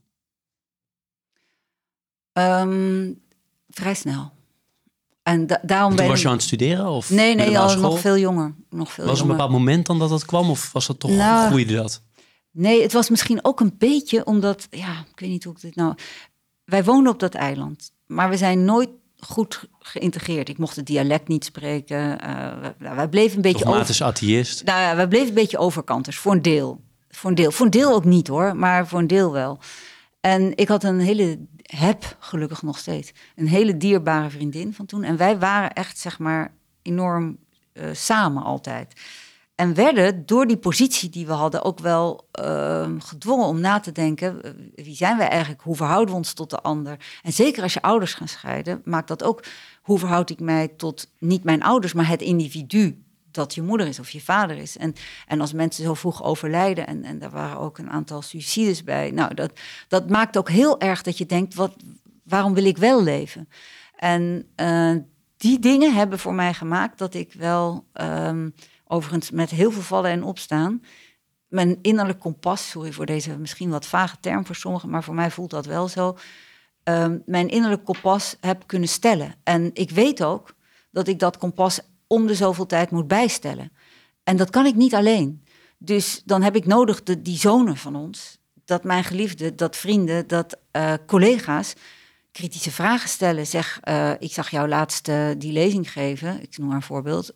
Vrij snel. En daarom toen was je aan het studeren? Of nee, al nog veel jonger. Was er een bepaald moment dan dat kwam? Of was dat toch, groeide dat? Nee, het was misschien ook een beetje omdat, ik weet niet hoe ik dit nou... Wij woonden op dat eiland, maar we zijn nooit goed geïntegreerd. Ik mocht het dialect niet spreken. Wij bleven een beetje dogmatisch atheïst. Nou ja, wij bleven een beetje overkanters, voor een deel. Voor een deel ook niet, hoor, maar voor een deel wel. En ik had heb gelukkig nog steeds, een hele dierbare vriendin van toen. En wij waren echt, zeg maar, enorm samen altijd. En werden door die positie die we hadden ook wel gedwongen om na te denken, wie zijn wij eigenlijk? Hoe verhouden we ons tot de ander? En zeker als je ouders gaan scheiden, maakt dat ook, hoe verhoud ik mij tot niet mijn ouders, maar het individu dat je moeder is of je vader is. En als mensen zo vroeg overlijden, en daar waren ook een aantal suicides bij, nou, dat maakt ook heel erg dat je denkt, waarom wil ik wel leven? En die dingen hebben voor mij gemaakt dat ik wel... overigens met heel veel vallen en opstaan, mijn innerlijk kompas, sorry voor deze misschien wat vage term voor sommigen, maar voor mij voelt dat wel zo, mijn innerlijk kompas heb kunnen stellen. En ik weet ook dat ik dat kompas om de zoveel tijd moet bijstellen. En dat kan ik niet alleen. Dus dan heb ik nodig die zonen van ons, dat mijn geliefden, dat vrienden, dat collega's kritische vragen stellen. Ik zag jou laatst die lezing geven, ik noem maar een voorbeeld.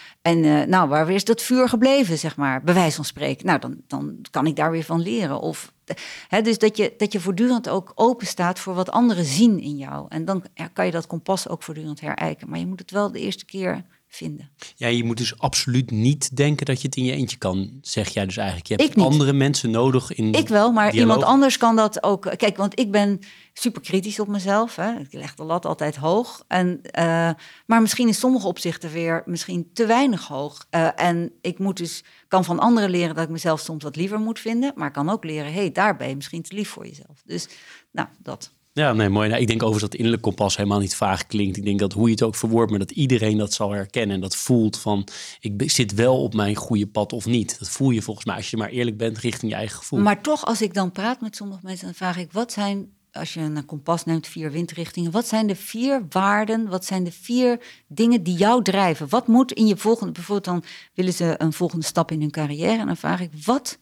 Waar is dat vuur gebleven, zeg maar, bij wijze van spreken? Nou, dan kan ik daar weer van leren. Dus dat je voortdurend ook open staat voor wat anderen zien in jou. En dan kan je dat kompas ook voortdurend herijken. Maar je moet het wel de eerste keer vinden. Ja, je moet dus absoluut niet denken dat je het in je eentje kan, zeg jij dus eigenlijk. Je hebt niet. Andere mensen nodig in Ik wel, maar dialoog. Iemand anders kan dat ook. Kijk, want ik ben super kritisch op mezelf. Hè. Ik leg de lat altijd hoog. Maar misschien in sommige opzichten weer misschien te weinig hoog. En ik kan van anderen leren dat ik mezelf soms wat liever moet vinden. Maar ik kan ook leren, daar ben je misschien te lief voor jezelf. Dus, dat. Ja, nee, mooi. Nou, ik denk overigens dat innerlijk kompas helemaal niet vaag klinkt. Ik denk dat hoe je het ook verwoordt, maar dat iedereen dat zal herkennen en dat voelt van, ik zit wel op mijn goede pad of niet. Dat voel je volgens mij als je maar eerlijk bent richting je eigen gevoel. Maar toch, als ik dan praat met sommige mensen, dan vraag ik, wat zijn, als je een kompas neemt, 4 windrichtingen, wat zijn de 4 waarden, wat zijn de 4 dingen die jou drijven? Wat moet in je volgende, bijvoorbeeld dan willen ze een volgende stap in hun carrière en dan vraag ik,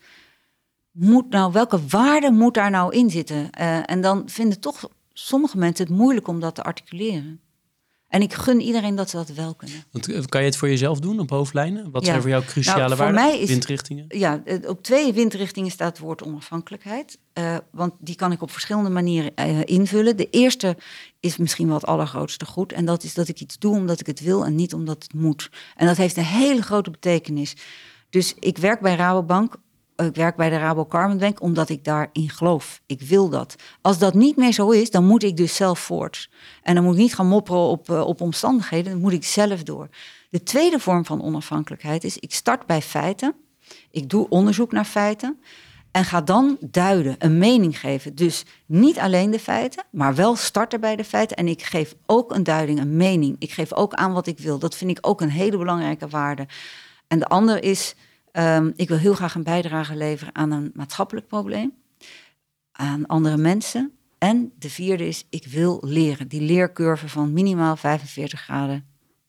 welke waarde moet daar nou in zitten? En dan vinden toch sommige mensen het moeilijk om dat te articuleren. En ik gun iedereen dat ze dat wel kunnen. Want kan je het voor jezelf doen op hoofdlijnen? Wat zijn voor jou cruciale waarden? Windrichtingen? Ja, op 2 windrichtingen staat het woord onafhankelijkheid. Want die kan ik op verschillende manieren invullen. De eerste is misschien wel het allergrootste goed. En dat is dat ik iets doe omdat ik het wil en niet omdat het moet. En dat heeft een hele grote betekenis. Dus ik werk bij Rabobank ik werk bij de Rabo Carbon Bank omdat ik daarin geloof. Ik wil dat. Als dat niet meer zo is, dan moet ik dus zelf voort. En dan moet ik niet gaan mopperen op omstandigheden. Dan moet ik zelf door. De tweede vorm van onafhankelijkheid is, ik start bij feiten. Ik doe onderzoek naar feiten. En ga dan duiden, een mening geven. Dus niet alleen de feiten, maar wel starten bij de feiten. En ik geef ook een duiding, een mening. Ik geef ook aan wat ik wil. Dat vind ik ook een hele belangrijke waarde. En de andere is, ik wil heel graag een bijdrage leveren aan een maatschappelijk probleem. Aan andere mensen. En de vierde is, ik wil leren. Die leercurve van minimaal 45 graden.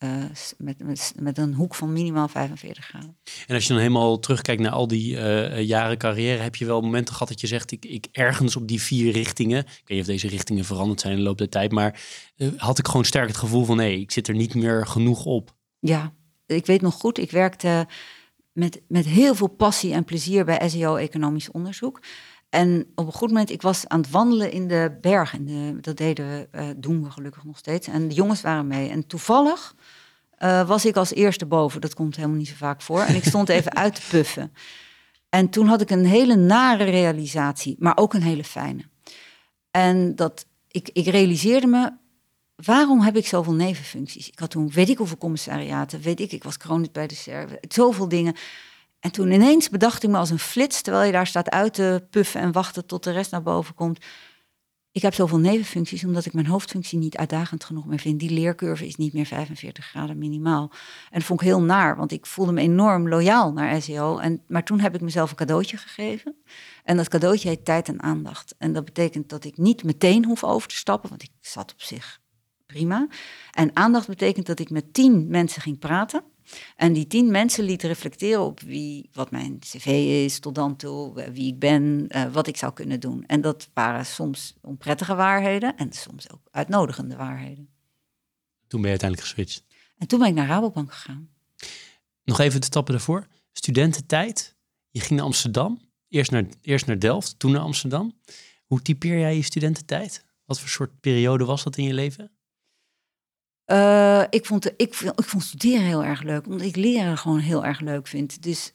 Met een hoek van minimaal 45 graden. En als je dan helemaal terugkijkt naar al die jaren carrière, heb je wel momenten gehad dat je zegt, ik ergens op die 4 richtingen, ik weet niet of deze richtingen veranderd zijn in de loop der tijd, maar had ik gewoon sterk het gevoel van, nee, ik zit er niet meer genoeg op. Ja, ik weet nog goed, ik werkte met heel veel passie en plezier bij SEO Economisch Onderzoek. En op een goed moment, ik was aan het wandelen in de bergen. Dat doen we gelukkig nog steeds. En de jongens waren mee. En toevallig was ik als eerste boven. Dat komt helemaal niet zo vaak voor. En ik stond even uit te puffen. En toen had ik een hele nare realisatie, maar ook een hele fijne. En ik realiseerde me, waarom heb ik zoveel nevenfuncties? Ik had toen, weet ik hoeveel commissariaten, ik was kroonlid bij de SER, zoveel dingen. En toen ineens bedacht ik me als een flits, terwijl je daar staat uit te puffen en wachten tot de rest naar boven komt. Ik heb zoveel nevenfuncties omdat ik mijn hoofdfunctie niet uitdagend genoeg meer vind. Die leercurve is niet meer 45 graden minimaal. En dat vond ik heel naar, want ik voelde me enorm loyaal naar SEO. Maar toen heb ik mezelf een cadeautje gegeven. En dat cadeautje heet tijd en aandacht. En dat betekent dat ik niet meteen hoef over te stappen, want ik zat op zich prima. En aandacht betekent dat ik met 10 mensen ging praten. En die 10 mensen lieten reflecteren op wat mijn cv is tot dan toe, wie ik ben, wat ik zou kunnen doen. En dat waren soms onprettige waarheden en soms ook uitnodigende waarheden. Toen ben je uiteindelijk geswitcht. En toen ben ik naar Rabobank gegaan. Nog even de stappen daarvoor. Studententijd. Je ging naar Amsterdam. Eerst naar Delft, toen naar Amsterdam. Hoe typeer jij je studententijd? Wat voor soort periode was dat in je leven? Ik vond studeren heel erg leuk, omdat ik leren gewoon heel erg leuk vind. Dus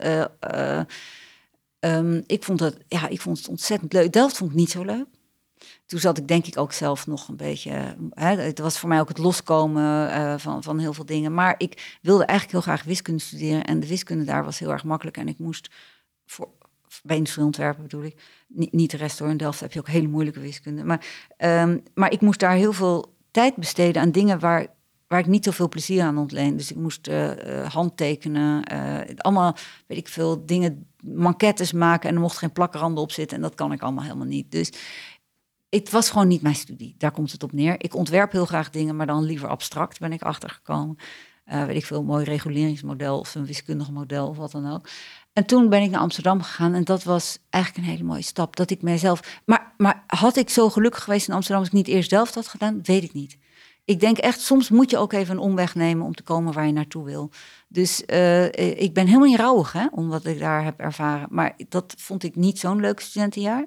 ik vond het ontzettend leuk. Delft vond ik niet zo leuk. Toen zat ik denk ik ook zelf nog een beetje. Het was voor mij ook het loskomen van heel veel dingen. Maar ik wilde eigenlijk heel graag wiskunde studeren. En de wiskunde daar was heel erg makkelijk. En ik moest bij industrieontwerpen bedoel ik. Niet de rest hoor. In Delft heb je ook hele moeilijke wiskunde. Maar ik moest daar heel veel tijd besteden aan dingen waar ik niet zoveel plezier aan ontleen. Dus ik moest handtekenen, allemaal, weet ik veel, dingen, manquettes maken en er mocht geen plakkeranden op zitten en dat kan ik allemaal helemaal niet. Dus het was gewoon niet mijn studie, daar komt het op neer. Ik ontwerp heel graag dingen, maar dan liever abstract ben ik achtergekomen. Weet ik veel, een mooi reguleringsmodel of een wiskundig model of wat dan ook. En toen ben ik naar Amsterdam gegaan en dat was eigenlijk een hele mooie stap. Dat ik mezelf. Maar had ik zo gelukkig geweest in Amsterdam als ik niet eerst Delft had gedaan? Weet ik niet. Ik denk echt, soms moet je ook even een omweg nemen om te komen waar je naartoe wil. Dus ik ben helemaal niet rouwig om wat ik daar heb ervaren. Maar dat vond ik niet zo'n leuk studentenjaar.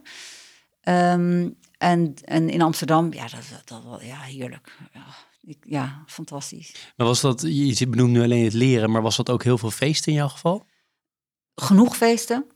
En in Amsterdam, ja, heerlijk. Ja, fantastisch. Maar was dat, je benoemt nu alleen het leren, maar was dat ook heel veel feesten in jouw geval? Genoeg feesten,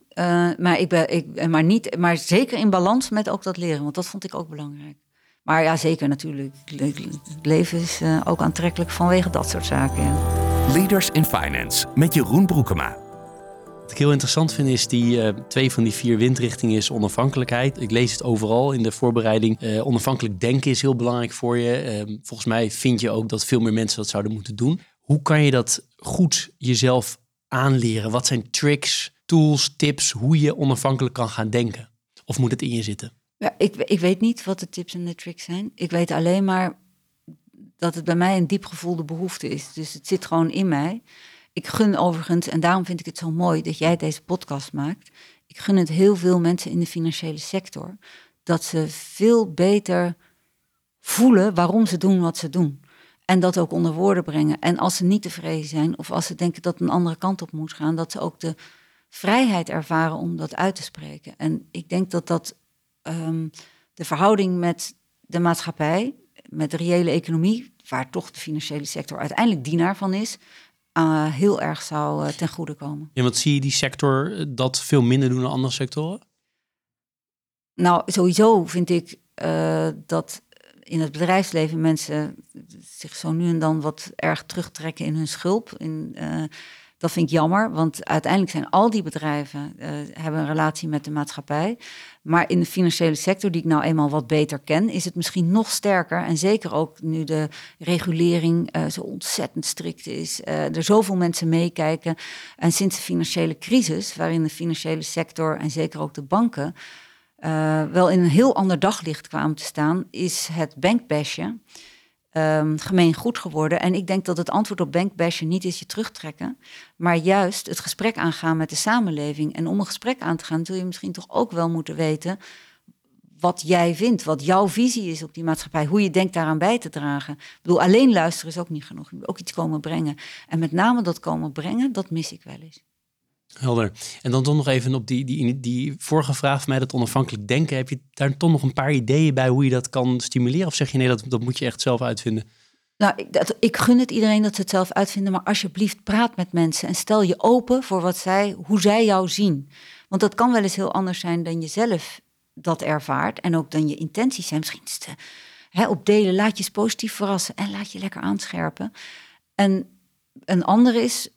maar zeker in balans met ook dat leren, want dat vond ik ook belangrijk. Maar ja, zeker natuurlijk. Het leven is ook aantrekkelijk vanwege dat soort zaken. Ja. Leaders in Finance met Jeroen Broekema. Wat ik heel interessant vind is 2 van die 4 windrichtingen is onafhankelijkheid. Ik lees het overal in de voorbereiding. Onafhankelijk denken is heel belangrijk voor je. Volgens mij vind je ook dat veel meer mensen dat zouden moeten doen. Hoe kan je dat goed jezelf aanleren? Wat zijn tricks, tools, tips, hoe je onafhankelijk kan gaan denken? Of moet het in je zitten? Ja, ik weet niet wat de tips en de tricks zijn. Ik weet alleen maar dat het bij mij een diep gevoelde behoefte is. Dus het zit gewoon in mij. Ik gun overigens, en daarom vind ik het zo mooi dat jij deze podcast maakt. Ik gun het heel veel mensen in de financiële sector. Dat ze veel beter voelen waarom ze doen wat ze doen. En dat ook onder woorden brengen. En als ze niet tevreden zijn of als ze denken dat het een andere kant op moet gaan, dat ze ook de vrijheid ervaren om dat uit te spreken. En ik denk dat de verhouding met de maatschappij, met de reële economie, waar toch de financiële sector uiteindelijk dienaar van is, heel erg zou ten goede komen. Ja, want zie je die sector dat veel minder doen dan andere sectoren? Nou, sowieso vind ik dat in het bedrijfsleven mensen zich zo nu en dan wat erg terugtrekken in hun schulp. Dat vind ik jammer, want uiteindelijk zijn al die bedrijven hebben een relatie met de maatschappij. Maar in de financiële sector, die ik nou eenmaal wat beter ken, is het misschien nog sterker. En zeker ook nu de regulering zo ontzettend strikt is. Er zoveel mensen meekijken. En sinds de financiële crisis, waarin de financiële sector en zeker ook de banken wel in een heel ander daglicht kwamen te staan, is het bankbashen gemeen goed geworden. En ik denk dat het antwoord op bankbashen niet is je terugtrekken, maar juist het gesprek aangaan met de samenleving. En om een gesprek aan te gaan, zul je misschien toch ook wel moeten weten wat jij vindt, wat jouw visie is op die maatschappij, hoe je denkt daaraan bij te dragen. Ik bedoel, alleen luisteren is ook niet genoeg. Je moet ook iets komen brengen. En met name dat komen brengen, dat mis ik wel eens. Helder. En dan toch nog even op die vorige vraag van mij, dat onafhankelijk denken. Heb je daar toch nog een paar ideeën bij hoe je dat kan stimuleren? Of zeg je nee, dat moet je echt zelf uitvinden? Nou, ik gun het iedereen dat ze het zelf uitvinden, maar alsjeblieft praat met mensen en stel je open voor hoe zij jou zien. Want dat kan wel eens heel anders zijn dan je zelf dat ervaart en ook dan je intenties zijn. Misschien is het op delen, laat je eens positief verrassen en laat je lekker aanscherpen. En een ander is,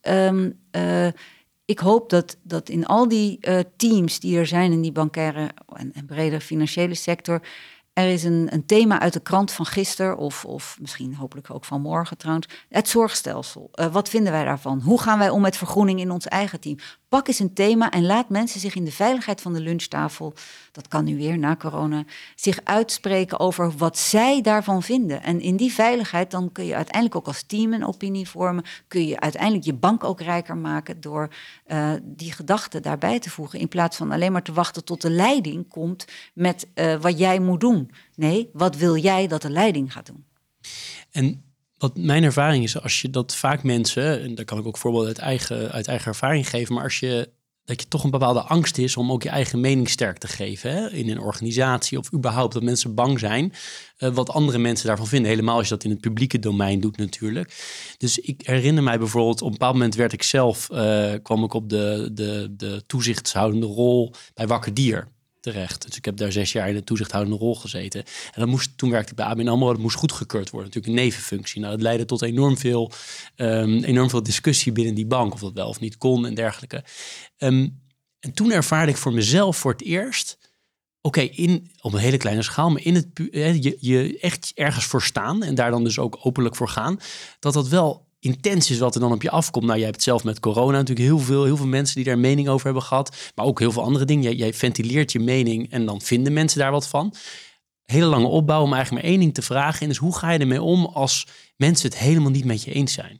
ik hoop dat in al die teams die er zijn in die bankaire en bredere financiële sector, er is een thema uit de krant van gisteren, of misschien hopelijk ook van morgen trouwens, het zorgstelsel. Wat vinden wij daarvan? Hoe gaan wij om met vergroening in ons eigen team? Pak eens een thema en laat mensen zich in de veiligheid van de lunchtafel, dat kan nu weer na corona, zich uitspreken over wat zij daarvan vinden. En in die veiligheid dan kun je uiteindelijk ook als team een opinie vormen, kun je uiteindelijk je bank ook rijker maken door die gedachten daarbij te voegen, in plaats van alleen maar te wachten tot de leiding komt met wat jij moet doen. Nee, wat wil jij dat de leiding gaat doen? En wat mijn ervaring is, als je dat vaak mensen, en daar kan ik ook voorbeelden uit eigen ervaring geven, maar dat je toch een bepaalde angst is om ook je eigen mening sterk te geven, hè? In een organisatie of überhaupt, dat mensen bang zijn wat andere mensen daarvan vinden. Helemaal als je dat in het publieke domein doet natuurlijk. Dus ik herinner mij bijvoorbeeld, op een bepaald moment werd ik zelf, kwam ik op de toezichtshoudende rol bij Wakker Dier terecht. Dus ik heb daar 6 jaar in de toezichthoudende rol gezeten. En toen werkte ik bij ABN AMRO, dat moest goedgekeurd worden. Natuurlijk een nevenfunctie. Nou, dat leidde tot enorm veel discussie binnen die bank, of dat wel of niet kon en dergelijke. En toen ervaarde ik voor mezelf voor het eerst, op een hele kleine schaal, maar in je echt ergens voor staan en daar dan dus ook openlijk voor gaan, dat wel intens is wat er dan op je afkomt. Nou, jij hebt zelf met corona natuurlijk heel veel mensen die daar een mening over hebben gehad, maar ook heel veel andere dingen. Jij ventileert je mening en dan vinden mensen daar wat van. Hele lange opbouw om eigenlijk maar één ding te vragen. En dus hoe ga je ermee om als mensen het helemaal niet met je eens zijn?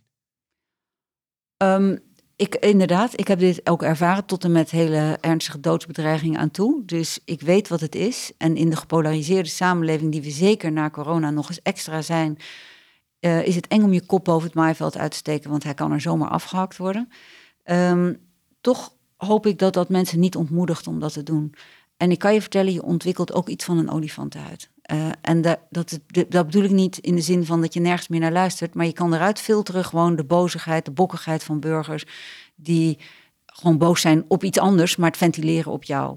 Ik heb dit ook ervaren tot en met hele ernstige doodsbedreigingen aan toe. Dus ik weet wat het is. En in de gepolariseerde samenleving die we zeker na corona nog eens extra zijn, is het eng om je kop boven het maaiveld uit te steken, want hij kan er zomaar afgehakt worden. Toch hoop ik dat mensen niet ontmoedigt om dat te doen. En ik kan je vertellen, je ontwikkelt ook iets van een olifantenhuid. En dat bedoel ik niet in de zin van dat je nergens meer naar luistert, maar je kan eruit filteren gewoon de bozigheid, de bokkigheid van burgers die gewoon boos zijn op iets anders, maar het ventileren op jou.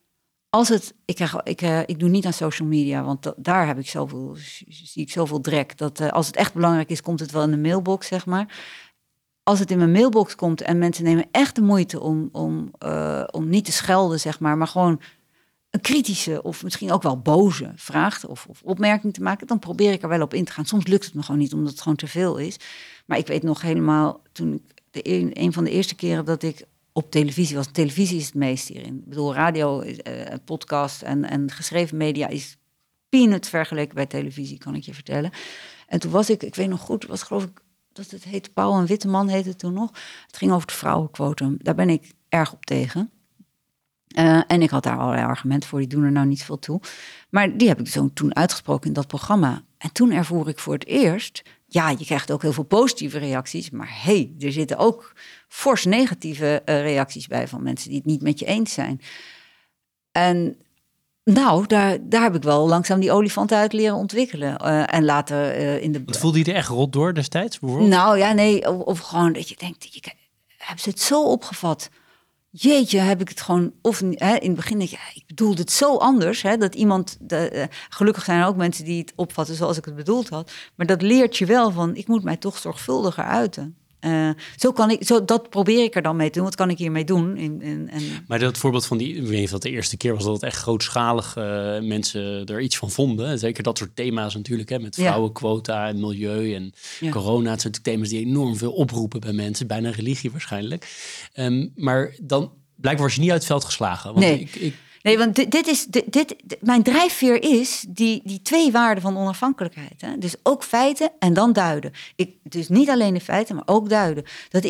Ik doe niet aan social media, want daar heb ik zie ik zoveel drek. Dat als het echt belangrijk is, komt het wel in de mailbox, zeg maar. Als het in mijn mailbox komt en mensen nemen echt de moeite om niet te schelden, zeg maar gewoon een kritische of misschien ook wel boze vraag of opmerking te maken, dan probeer ik er wel op in te gaan. Soms lukt het me gewoon niet, omdat het gewoon te veel is. Maar ik weet nog helemaal, toen ik een van de eerste keren dat ik op televisie was. Televisie is het meest hierin. Ik bedoel, radio, podcast en geschreven media is peanuts vergeleken bij televisie, kan ik je vertellen. En toen was ik weet nog goed, was geloof ik, dat het heette Pauw en Witteman heette het toen nog. Het ging over het vrouwenquotum. Daar ben ik erg op tegen. En ik had daar allerlei argumenten voor, die doen er nou niet veel toe. Maar die heb ik zo toen uitgesproken in dat programma. En toen ervoer ik voor het eerst, ja, je krijgt ook heel veel positieve reacties, maar er zitten ook fors negatieve reacties bij van mensen die het niet met je eens zijn. En Nou, daar heb ik wel langzaam die olifant uit leren ontwikkelen. En later in de... Wat voelde je er echt rot door destijds bijvoorbeeld? Nou ja, nee, of gewoon dat je denkt, hebben ze het zo opgevat? Jeetje, heb ik het gewoon... Of in het begin denk je, ik bedoelde het zo anders. Dat iemand... gelukkig zijn er ook mensen die het opvatten zoals ik het bedoeld had. Maar dat leert je wel van, ik moet mij toch zorgvuldiger uiten. Dat probeer ik er dan mee te doen. Wat kan ik hiermee doen? Maar dat voorbeeld van ik weet niet of dat de eerste keer was dat het echt grootschalig mensen er iets van vonden. Zeker dat soort thema's natuurlijk, hè, met vrouwenquota en milieu en corona. Het zijn natuurlijk thema's die enorm veel oproepen bij mensen. Bijna religie waarschijnlijk. Maar dan blijkbaar was je niet uit het veld geslagen. Want Nee, want mijn drijfveer is die twee waarden van onafhankelijkheid. Hè? Dus ook feiten en dan duiden. Dus niet alleen de feiten, maar ook duiden.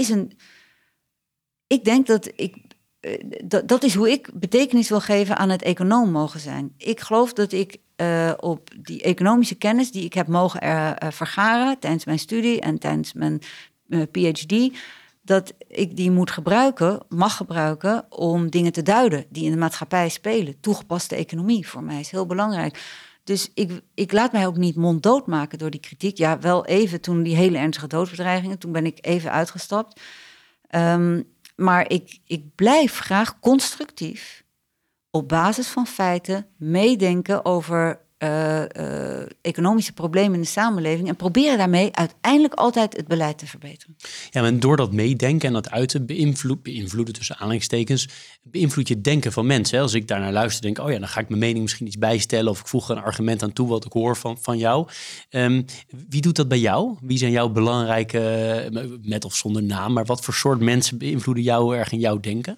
Ik denk dat is hoe ik betekenis wil geven aan het econoom mogen zijn. Ik geloof dat ik op die economische kennis die ik heb mogen vergaren tijdens mijn studie en tijdens mijn PhD, dat ik die mag gebruiken om dingen te duiden die in de maatschappij spelen. Toegepaste economie voor mij is heel belangrijk. Dus ik laat mij ook niet monddood maken door die kritiek. Ja, wel even toen die hele ernstige doodsbedreigingen, toen ben ik even uitgestapt. Maar ik blijf graag constructief op basis van feiten meedenken over economische problemen in de samenleving en proberen daarmee uiteindelijk altijd het beleid te verbeteren. Ja, en door dat meedenken en dat uiten beïnvloeden tussen aanhalingstekens, beïnvloed je het denken van mensen. Hè? Als ik daarnaar luister, denk dan ga ik mijn mening misschien iets bijstellen of ik voeg er een argument aan toe wat ik hoor van jou. Wie doet dat bij jou? Wie zijn jouw belangrijke, met of zonder naam, maar wat voor soort mensen beïnvloeden jou erg in jouw denken?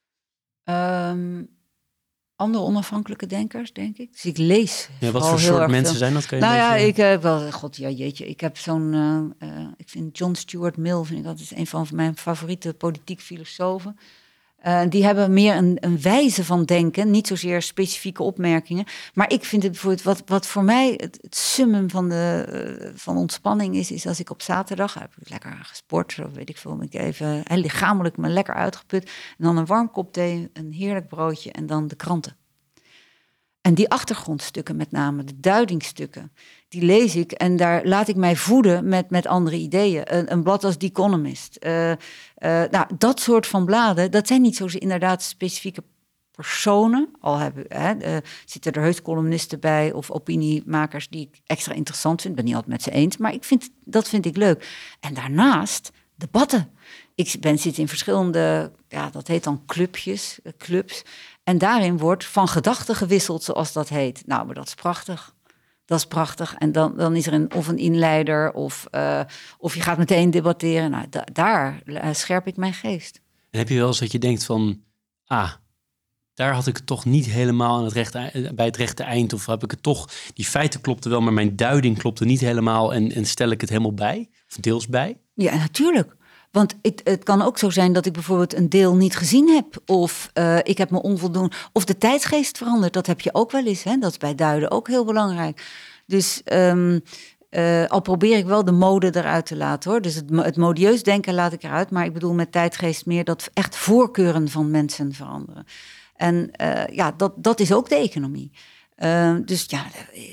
Andere onafhankelijke denkers, denk ik. Dus ik lees. Ja, wat voor soort mensen zijn dat? Kan je ik heb ik vind John Stuart Mill, dat is een van mijn favoriete politiek filosofen. Die hebben meer een wijze van denken, niet zozeer specifieke opmerkingen. Maar ik vind het bijvoorbeeld, wat voor mij het summum van ontspanning is als ik op zaterdag heb ik lekker gesport, of weet ik veel, ik even lichamelijk me lekker uitgeput. En dan een warm kop thee, een heerlijk broodje en dan de kranten. En die achtergrondstukken met name, de duidingstukken, die lees ik en daar laat ik mij voeden met andere ideeën. Een blad als The Economist. Dat soort van bladen, dat zijn niet zo inderdaad specifieke personen. Al zitten er heus columnisten bij of opiniemakers die ik extra interessant vind. Ik ben niet altijd met ze eens, maar dat vind ik leuk. En daarnaast debatten. Ik zit in verschillende, dat heet dan clubs. En daarin wordt van gedachten gewisseld, zoals dat heet. Nou, maar dat is prachtig. Dat is prachtig. En dan is er een inleider of je gaat meteen debatteren. Nou, daar scherp ik mijn geest. En heb je wel eens dat je denkt van, daar had ik het toch niet helemaal bij het rechte eind. Of heb ik het toch, die feiten klopten wel, maar mijn duiding klopte niet helemaal. En stel ik het helemaal bij, of deels bij? Ja, natuurlijk. Want het kan ook zo zijn dat ik bijvoorbeeld een deel niet gezien heb. Of ik heb me onvoldoende. Of de tijdsgeest verandert. Dat heb je ook wel eens. Hè? Dat is bij duiden ook heel belangrijk. Dus al probeer ik wel de mode eruit te laten, hoor. Dus het modieus denken laat ik eruit. Maar ik bedoel met tijdgeest meer dat echt voorkeuren van mensen veranderen. En dat is ook de economie. Dus ja,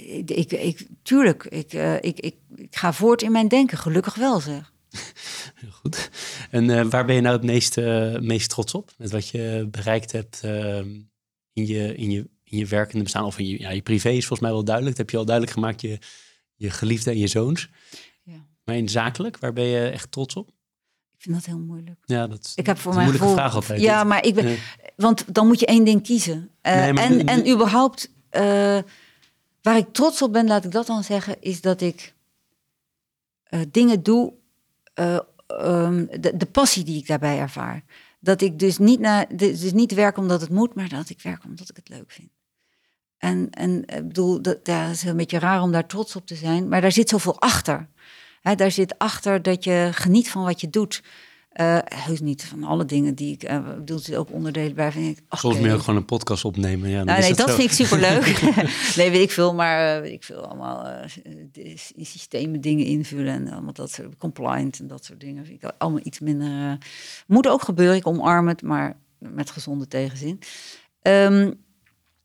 ik ga voort in mijn denken. Gelukkig wel, zeg. Heel goed. En waar ben je nou het meest trots op? Met wat je bereikt hebt in je werkende bestaan? Of in je privé is volgens mij wel duidelijk. Dat heb je al duidelijk gemaakt, je geliefde en je zoons. Ja. Maar in zakelijk, waar ben je echt trots op? Ik vind dat heel moeilijk. Ja, dat ik heb voor is mijn een moeilijke gevoel, vraag altijd. Ja, maar want dan moet je één ding kiezen. En überhaupt, waar ik trots op ben, laat ik dat dan zeggen, is dat ik dingen doe. De passie die ik daarbij ervaar. Dat ik dus niet werk omdat het moet, maar dat ik werk omdat ik het leuk vind. En ik bedoel, dat is een beetje raar om daar trots op te zijn, maar daar zit zoveel achter. Daar zit achter dat je geniet van wat je doet. Heus niet van alle dingen die ik bedoel, er zitten ook onderdelen bij. Vind ik, soms moet je ook gewoon een podcast opnemen. Ja, nee, dat vind ik superleuk. Nee, weet ik veel, maar weet ik veel allemaal in systemen dingen invullen en allemaal dat soort compliant en dat soort dingen. Vind ik allemaal iets minder. Moet ook gebeuren. Ik omarm het, maar met gezonde tegenzin.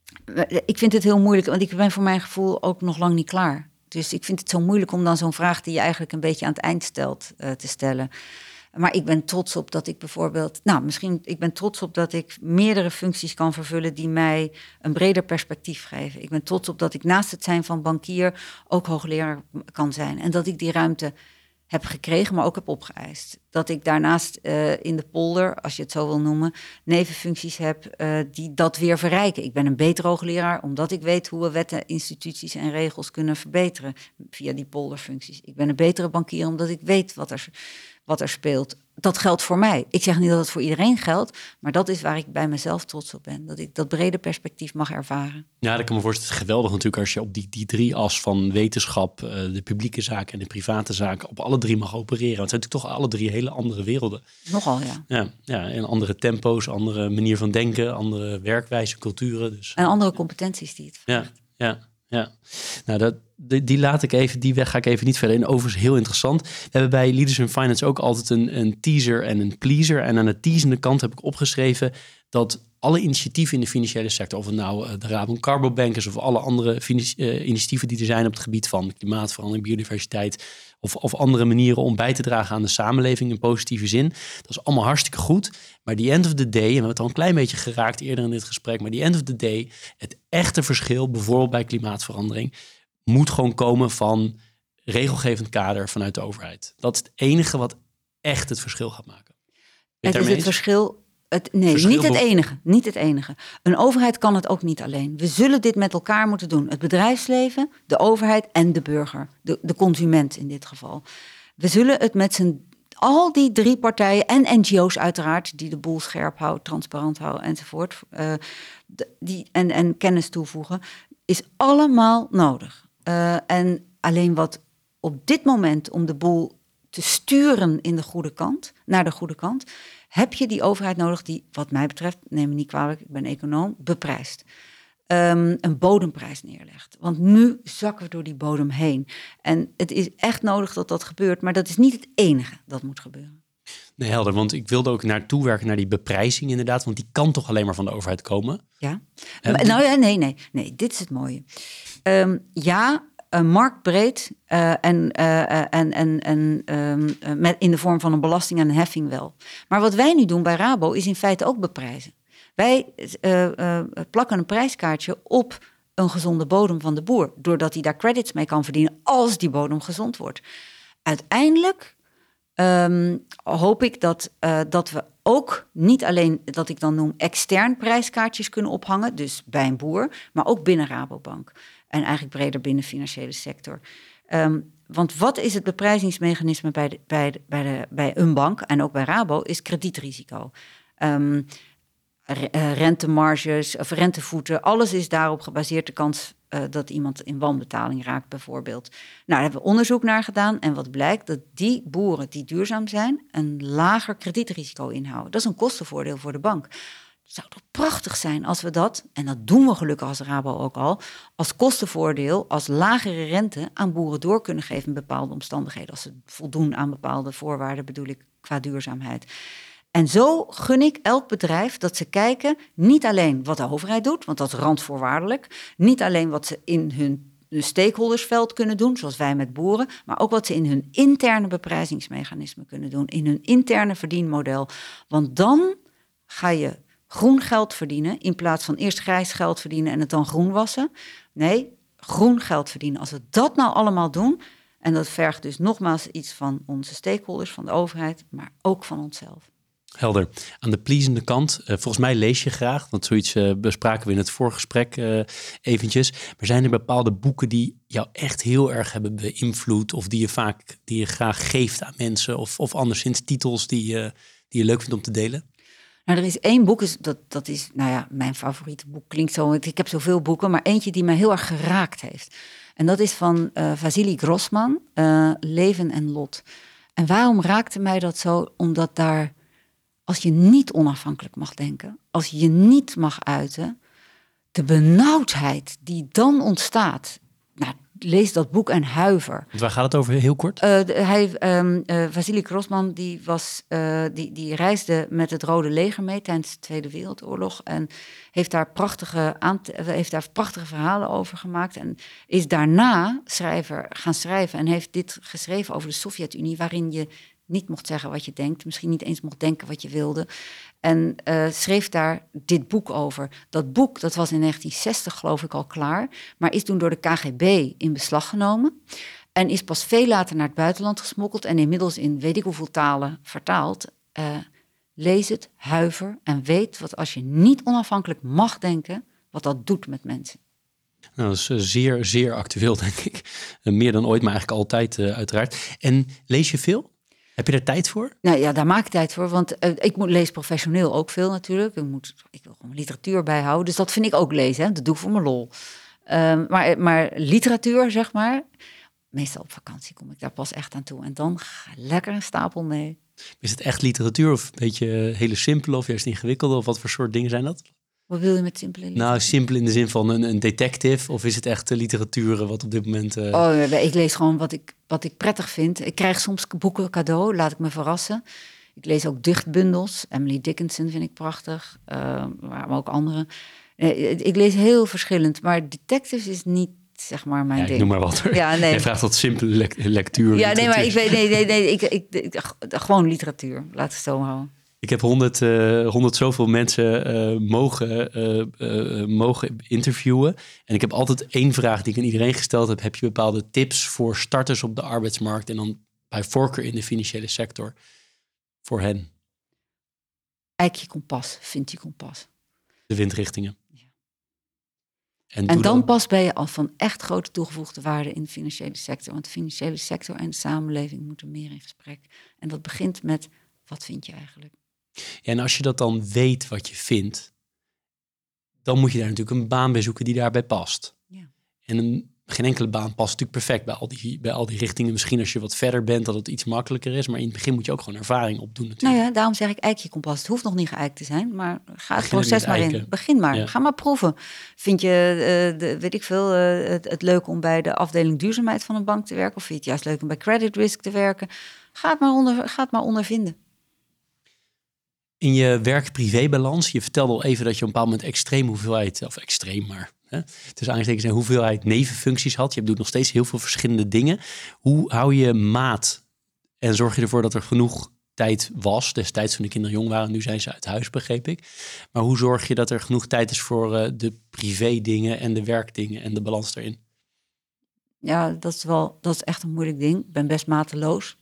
Ik vind het heel moeilijk, want ik ben voor mijn gevoel ook nog lang niet klaar. Dus ik vind het zo moeilijk om dan zo'n vraag die je eigenlijk een beetje aan het eind stelt te stellen. Maar ik ben trots op dat ik bijvoorbeeld... ik ben trots op dat ik meerdere functies kan vervullen die mij een breder perspectief geven. Ik ben trots op dat ik naast het zijn van bankier ook hoogleraar kan zijn. En dat ik die ruimte heb gekregen, maar ook heb opgeëist. Dat ik daarnaast in de polder, als je het zo wil noemen, nevenfuncties heb die dat weer verrijken. Ik ben een betere hoogleraar omdat ik weet hoe we wetten, instituties en regels kunnen verbeteren via die polderfuncties. Ik ben een betere bankier omdat ik weet wat er speelt. Dat geldt voor mij. Ik zeg niet dat het voor iedereen geldt, maar dat is waar ik bij mezelf trots op ben. Dat ik dat brede perspectief mag ervaren. Ja, dat kan me voorstellen. Het is geweldig natuurlijk als je op die 3 as van wetenschap, de publieke zaken en de private zaken op alle 3 mag opereren. Want het zijn natuurlijk toch alle 3 hele andere werelden. Nogal, ja. Ja, en andere tempo's, andere manier van denken, andere werkwijze, culturen. Dus. En andere competenties die het vraagt. Ja. Nou, die laat ik even, die weg ga ik even niet verder in. Overigens heel interessant. We hebben bij Leaders in Finance ook altijd een teaser en een pleaser. En aan de teasende kant heb ik opgeschreven dat alle initiatieven in de financiële sector, of het nou de Rabobank is of alle andere initiatieven die er zijn op het gebied van klimaatverandering, biodiversiteit of andere manieren om bij te dragen aan de samenleving in positieve zin. Dat is allemaal hartstikke goed. Maar the end of the day, en we hebben het al een klein beetje geraakt eerder in dit gesprek, maar the end of the day, het echte verschil, bijvoorbeeld bij klimaatverandering, moet gewoon komen van regelgevend kader vanuit de overheid. Dat is het enige wat echt het verschil gaat maken. Het is het verschil. Niet het enige. Een overheid kan het ook niet alleen. We zullen dit met elkaar moeten doen. Het bedrijfsleven, de overheid en de burger. De consument in dit geval. We zullen het met al die 3 partijen en NGO's uiteraard, die de boel scherp houden, transparant houden enzovoort. En kennis toevoegen, is allemaal nodig. En alleen wat op dit moment om de boel te sturen in naar de goede kant, heb je die overheid nodig die, wat mij betreft, neem me niet kwalijk, ik ben econoom, beprijst. Een bodemprijs neerlegt. Want nu zakken we door die bodem heen. En het is echt nodig dat dat gebeurt, maar dat is niet het enige dat moet gebeuren. Nee, helder, want ik wilde ook naartoe werken naar die beprijzing inderdaad, want die kan toch alleen maar van de overheid komen? Ja. Nee, dit is het mooie. Marktbreed in de vorm van een belasting en een heffing wel. Maar wat wij nu doen bij Rabo is in feite ook beprijzen. Wij plakken een prijskaartje op een gezonde bodem van de boer, doordat hij daar credits mee kan verdienen als die bodem gezond wordt. Uiteindelijk hoop ik dat we ook niet alleen, dat ik dan noem, extern prijskaartjes kunnen ophangen, dus bij een boer, maar ook binnen Rabobank. En eigenlijk breder binnen de financiële sector. Want wat is het beprijzingsmechanisme bij een bank en ook bij Rabo, is kredietrisico. Rentemarges of rentevoeten, alles is daarop gebaseerd, de kans dat iemand in wanbetaling raakt bijvoorbeeld. Nou, daar hebben we onderzoek naar gedaan en wat blijkt, dat die boeren die duurzaam zijn een lager kredietrisico inhouden. Dat is een kostenvoordeel voor de bank. Het zou toch prachtig zijn als we dat, en dat doen we gelukkig als Rabo ook al, als kostenvoordeel, als lagere rente aan boeren door kunnen geven in bepaalde omstandigheden. Als ze voldoen aan bepaalde voorwaarden, bedoel ik, qua duurzaamheid. En zo gun ik elk bedrijf dat ze kijken, niet alleen wat de overheid doet, want dat is randvoorwaardelijk, niet alleen wat ze in hun stakeholdersveld kunnen doen, zoals wij met boeren, maar ook wat ze in hun interne beprijzingsmechanismen kunnen doen, in hun interne verdienmodel. Want dan ga je groen geld verdienen in plaats van eerst grijs geld verdienen en het dan groen wassen. Nee, groen geld verdienen. Als we dat nou allemaal doen, en dat vergt dus nogmaals iets van onze stakeholders, van de overheid, maar ook van onszelf. Helder. Aan de pleasende kant, volgens mij lees je graag, want zoiets bespraken we in het voorgesprek eventjes. Maar zijn er bepaalde boeken die jou echt heel erg hebben beïnvloed of die je graag geeft aan mensen of anderszins titels die je leuk vindt om te delen? Nou, er is 1 boek, dat is mijn favoriete boek, klinkt zo, ik heb zoveel boeken, maar eentje die mij heel erg geraakt heeft. En dat is van Vasily Grossman, Leven en Lot. En waarom raakte mij dat zo? Omdat daar, als je niet onafhankelijk mag denken, als je niet mag uiten, de benauwdheid die dan ontstaat, lees dat boek en huiver. Want waar gaat het over, heel kort? Vasily Grossman, die reisde met het Rode Leger mee tijdens de Tweede Wereldoorlog en heeft daar prachtige verhalen over gemaakt en is daarna gaan schrijven en heeft dit geschreven over de Sovjet-Unie, waarin je niet mocht zeggen wat je denkt, misschien niet eens mocht denken wat je wilde. En schreef daar dit boek over. Dat boek, dat was in 1960 geloof ik al klaar, maar is toen door de KGB in beslag genomen en is pas veel later naar het buitenland gesmokkeld en inmiddels in weet ik hoeveel talen vertaald. Lees het, huiver en weet wat als je niet onafhankelijk mag denken, wat dat doet met mensen. Nou, dat is zeer, zeer actueel, denk ik. Meer dan ooit, maar eigenlijk altijd uiteraard. En lees je veel? Heb je daar tijd voor? Nou ja, daar maak ik tijd voor, want ik lees professioneel ook veel natuurlijk. Ik wil gewoon literatuur bijhouden, dus dat vind ik ook lezen. Hè? Dat doe ik voor mijn lol. Maar literatuur, zeg maar, meestal op vakantie kom ik daar pas echt aan toe. En dan ga lekker een stapel mee. Is het echt literatuur of een beetje hele simpele of juist ingewikkelde? Of wat voor soort dingen zijn dat? Wat wil je met simpele literatuur? Nou, simpel in de zin van een detective. Of is het echt literatuur wat op dit moment... Ik lees gewoon wat ik prettig vind. Ik krijg soms boeken cadeau, laat ik me verrassen. Ik lees ook dichtbundels. Emily Dickinson vind ik prachtig. Maar ook andere. Ik lees heel verschillend. Maar detectives is niet, zeg maar, mijn ding. Ik noem maar wat. Ja, nee. Jij vraagt wat simpele lectuur. Ja, nee, maar ik gewoon literatuur. Laat het zo houden. Ik heb 100 zoveel mensen mogen interviewen. En ik heb altijd één vraag die ik aan iedereen gesteld heb. Heb je bepaalde tips voor starters op de arbeidsmarkt en dan bij voorkeur in de financiële sector voor hen? Eik je kompas, vind je kompas. De windrichtingen. Ja. En dan pas ben je al van echt grote toegevoegde waarde in de financiële sector. Want de financiële sector en de samenleving moeten meer in gesprek. En dat begint met, wat vind je eigenlijk? Ja, en als je dat dan weet wat je vindt, dan moet je daar natuurlijk een baan bij zoeken die daarbij past. Ja. En geen enkele baan past natuurlijk perfect bij al die richtingen. Misschien als je wat verder bent, dat het iets makkelijker is. Maar in het begin moet je ook gewoon ervaring opdoen natuurlijk. Nou ja, daarom zeg ik eik je kompas. Het hoeft nog niet geëikt te zijn, maar ga het proces maar in. Begin maar, Ga maar proeven. Vind je, het leuk om bij de afdeling duurzaamheid van een bank te werken? Of vind je het juist leuk om bij credit risk te werken? Ga het maar ondervinden. In je werk-privé-balans, je vertelde al even dat je op een bepaald moment een hoeveelheid nevenfuncties had. Je doet nog steeds heel veel verschillende dingen. Hoe hou je maat en zorg je ervoor dat er genoeg tijd was? Destijds toen de kinderen jong waren, nu zijn ze uit huis, begreep ik. Maar hoe zorg je dat er genoeg tijd is voor de privé-dingen en de werkdingen en de balans daarin? Ja, dat is echt een moeilijk ding. Ik ben best mateloos.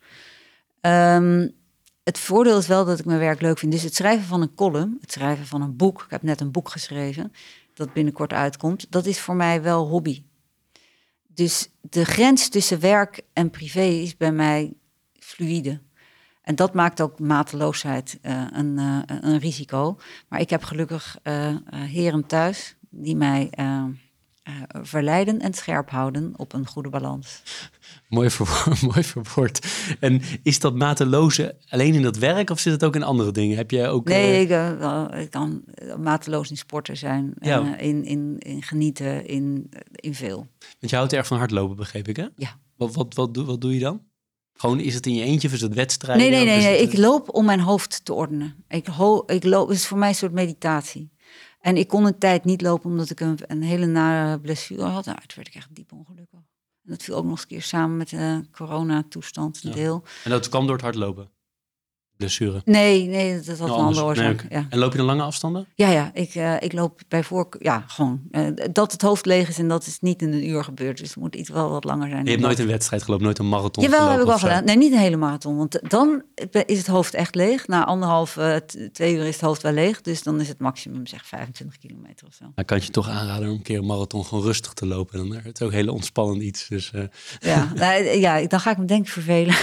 Het voordeel is wel dat ik mijn werk leuk vind. Dus het schrijven van een column, het schrijven van een boek. Ik heb net een boek geschreven dat binnenkort uitkomt. Dat is voor mij wel hobby. Dus de grens tussen werk en privé is bij mij fluïde. En dat maakt ook mateloosheid een risico. Maar ik heb gelukkig heren thuis die mij verleiden en scherp houden op een goede balans. Mooi verwoord. En is dat mateloze alleen in dat werk of zit het ook in andere dingen? Heb je ook? Nee, ik kan mateloos in sporten zijn, in genieten, in veel. Want je houdt erg van hardlopen, begreep ik, hè? Ja. Wat doe je dan? Gewoon, is het in je eentje of is het wedstrijden? Nee. Ik loop om mijn hoofd te ordenen. Ik loop, het is voor mij een soort meditatie. En ik kon een tijd niet lopen omdat ik een hele nare blessure had. Nou, toen werd ik echt diep ongelukkig. En dat viel ook nog eens een keer samen met de coronatoestand een deel. En dat kwam door het hardlopen? Blessure? Nee, dat had een andere oorzaak. Ja. En loop je dan lange afstanden? Ja, ik loop bij voorkeur, gewoon. Dat het hoofd leeg is en dat is niet in een uur gebeurd. Dus het moet iets wel wat langer zijn. Je hebt nooit een wedstrijd gelopen, nooit een marathon gelopen? Jawel, heb ik wel gedaan. Nee, niet een hele marathon. Want dan is het hoofd echt leeg. Na 2 uur is het hoofd wel leeg. Dus dan is het maximum zeg 25 kilometer of zo. Dan kan je toch aanraden om een keer een marathon gewoon rustig te lopen. En dan is het ook een hele ontspannend iets. Dus, dan ga ik me denk ik vervelen.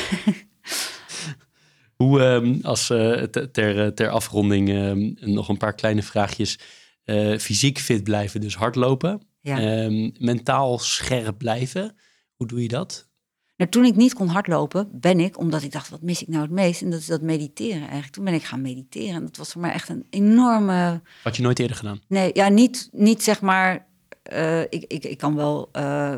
Hoe, ter afronding nog een paar kleine vraagjes. Fysiek fit blijven, dus hardlopen. Ja. Mentaal scherp blijven. Hoe doe je dat? Nou, toen ik niet kon hardlopen, omdat ik dacht, wat mis ik nou het meest? En dat is dat mediteren eigenlijk. Toen ben ik gaan mediteren. En dat was voor mij echt een enorme... Had je nooit eerder gedaan? Nee, niet zeg maar ik kan wel,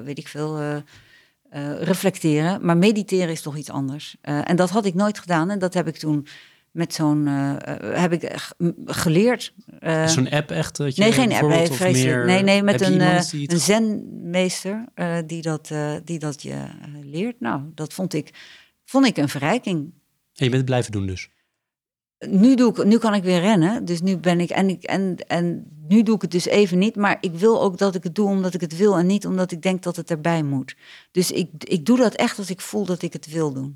reflecteren. Maar mediteren is toch iets anders. En dat had ik nooit gedaan. En dat heb ik toen met zo'n... geleerd. Zo'n app echt? Dat je Nee, geen app. Nee, vreselijk. Nee, met een zenmeester die dat je leert. Nou, dat vond ik een verrijking. En je bent het blijven doen dus? Nu kan ik weer rennen. Dus nu ben ik... En nu doe ik het dus even niet. Maar ik wil ook dat ik het doe omdat ik het wil. En niet omdat ik denk dat het erbij moet. Dus ik doe dat echt als ik voel dat ik het wil doen.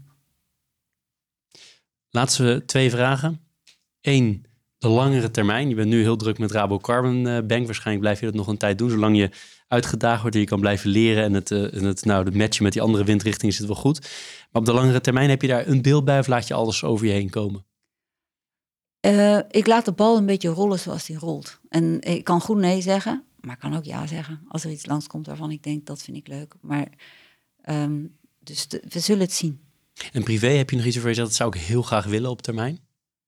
Laatste 2 vragen. 1, de langere termijn. Je bent nu heel druk met Rabo Carbon Bank. Waarschijnlijk blijf je dat nog een tijd doen. Zolang je uitgedaagd wordt en je kan blijven leren. En het matchen met die andere windrichtingen zit wel goed. Maar op de langere termijn heb je daar een beeld bij of laat je alles over je heen komen? Ik laat de bal een beetje rollen zoals die rolt. En ik kan goed nee zeggen, maar ik kan ook ja zeggen. Als er iets langskomt waarvan ik denk, dat vind ik leuk. Maar dus we zullen het zien. En privé, heb je nog iets waarvan je zegt, dat zou ik heel graag willen op termijn?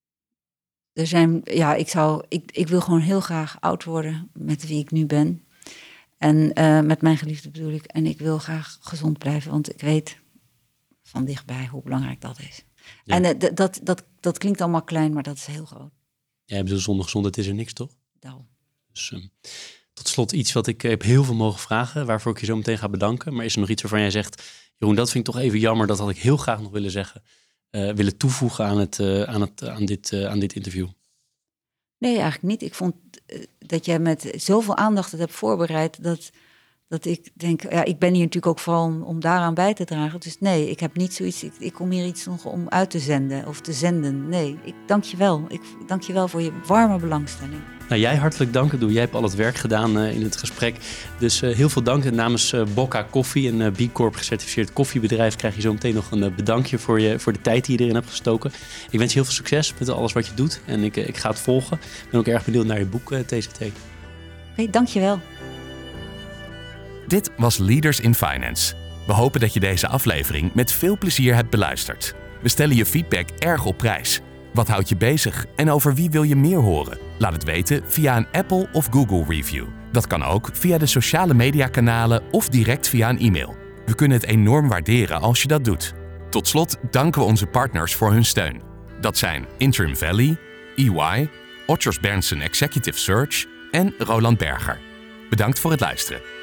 Ik wil gewoon heel graag oud worden met wie ik nu ben. En met mijn geliefde bedoel ik. En ik wil graag gezond blijven, want ik weet van dichtbij hoe belangrijk dat is. Ja. En dat klinkt allemaal klein, maar dat is heel groot. Jij bedoelt zonder gezondheid is er niks, toch? Daarom. Dus tot slot iets wat ik heb heel veel mogen vragen, waarvoor ik je zo meteen ga bedanken. Maar is er nog iets waarvan jij zegt, Jeroen, dat vind ik toch even jammer, dat had ik heel graag nog willen zeggen, willen toevoegen aan dit interview? Nee, eigenlijk niet. Ik vond dat jij met zoveel aandacht het hebt voorbereid, dat ik denk, ja, ik ben hier natuurlijk ook vooral om daaraan bij te dragen. Dus nee, ik heb niet zoiets, ik kom hier iets nog om uit te zenden of te zenden. Nee, ik dank je wel. Ik dank je wel voor je warme belangstelling. Nou, jij hartelijk dank. Jij hebt al het werk gedaan in het gesprek. Dus heel veel dank. En namens Bocca Koffie, een B Corp gecertificeerd koffiebedrijf, krijg je zo meteen nog een bedankje voor de tijd die je erin hebt gestoken. Ik wens je heel veel succes met alles wat je doet. En ik ga het volgen. Ik ben ook erg benieuwd naar je boek, TCT. Oké, dank je wel. Dit was Leaders in Finance. We hopen dat je deze aflevering met veel plezier hebt beluisterd. We stellen je feedback erg op prijs. Wat houdt je bezig en over wie wil je meer horen? Laat het weten via een Apple of Google review. Dat kan ook via de sociale mediakanalen of direct via een e-mail. We kunnen het enorm waarderen als je dat doet. Tot slot danken we onze partners voor hun steun. Dat zijn Interim Valley, EY, Otters Berndsen Executive Search en Roland Berger. Bedankt voor het luisteren.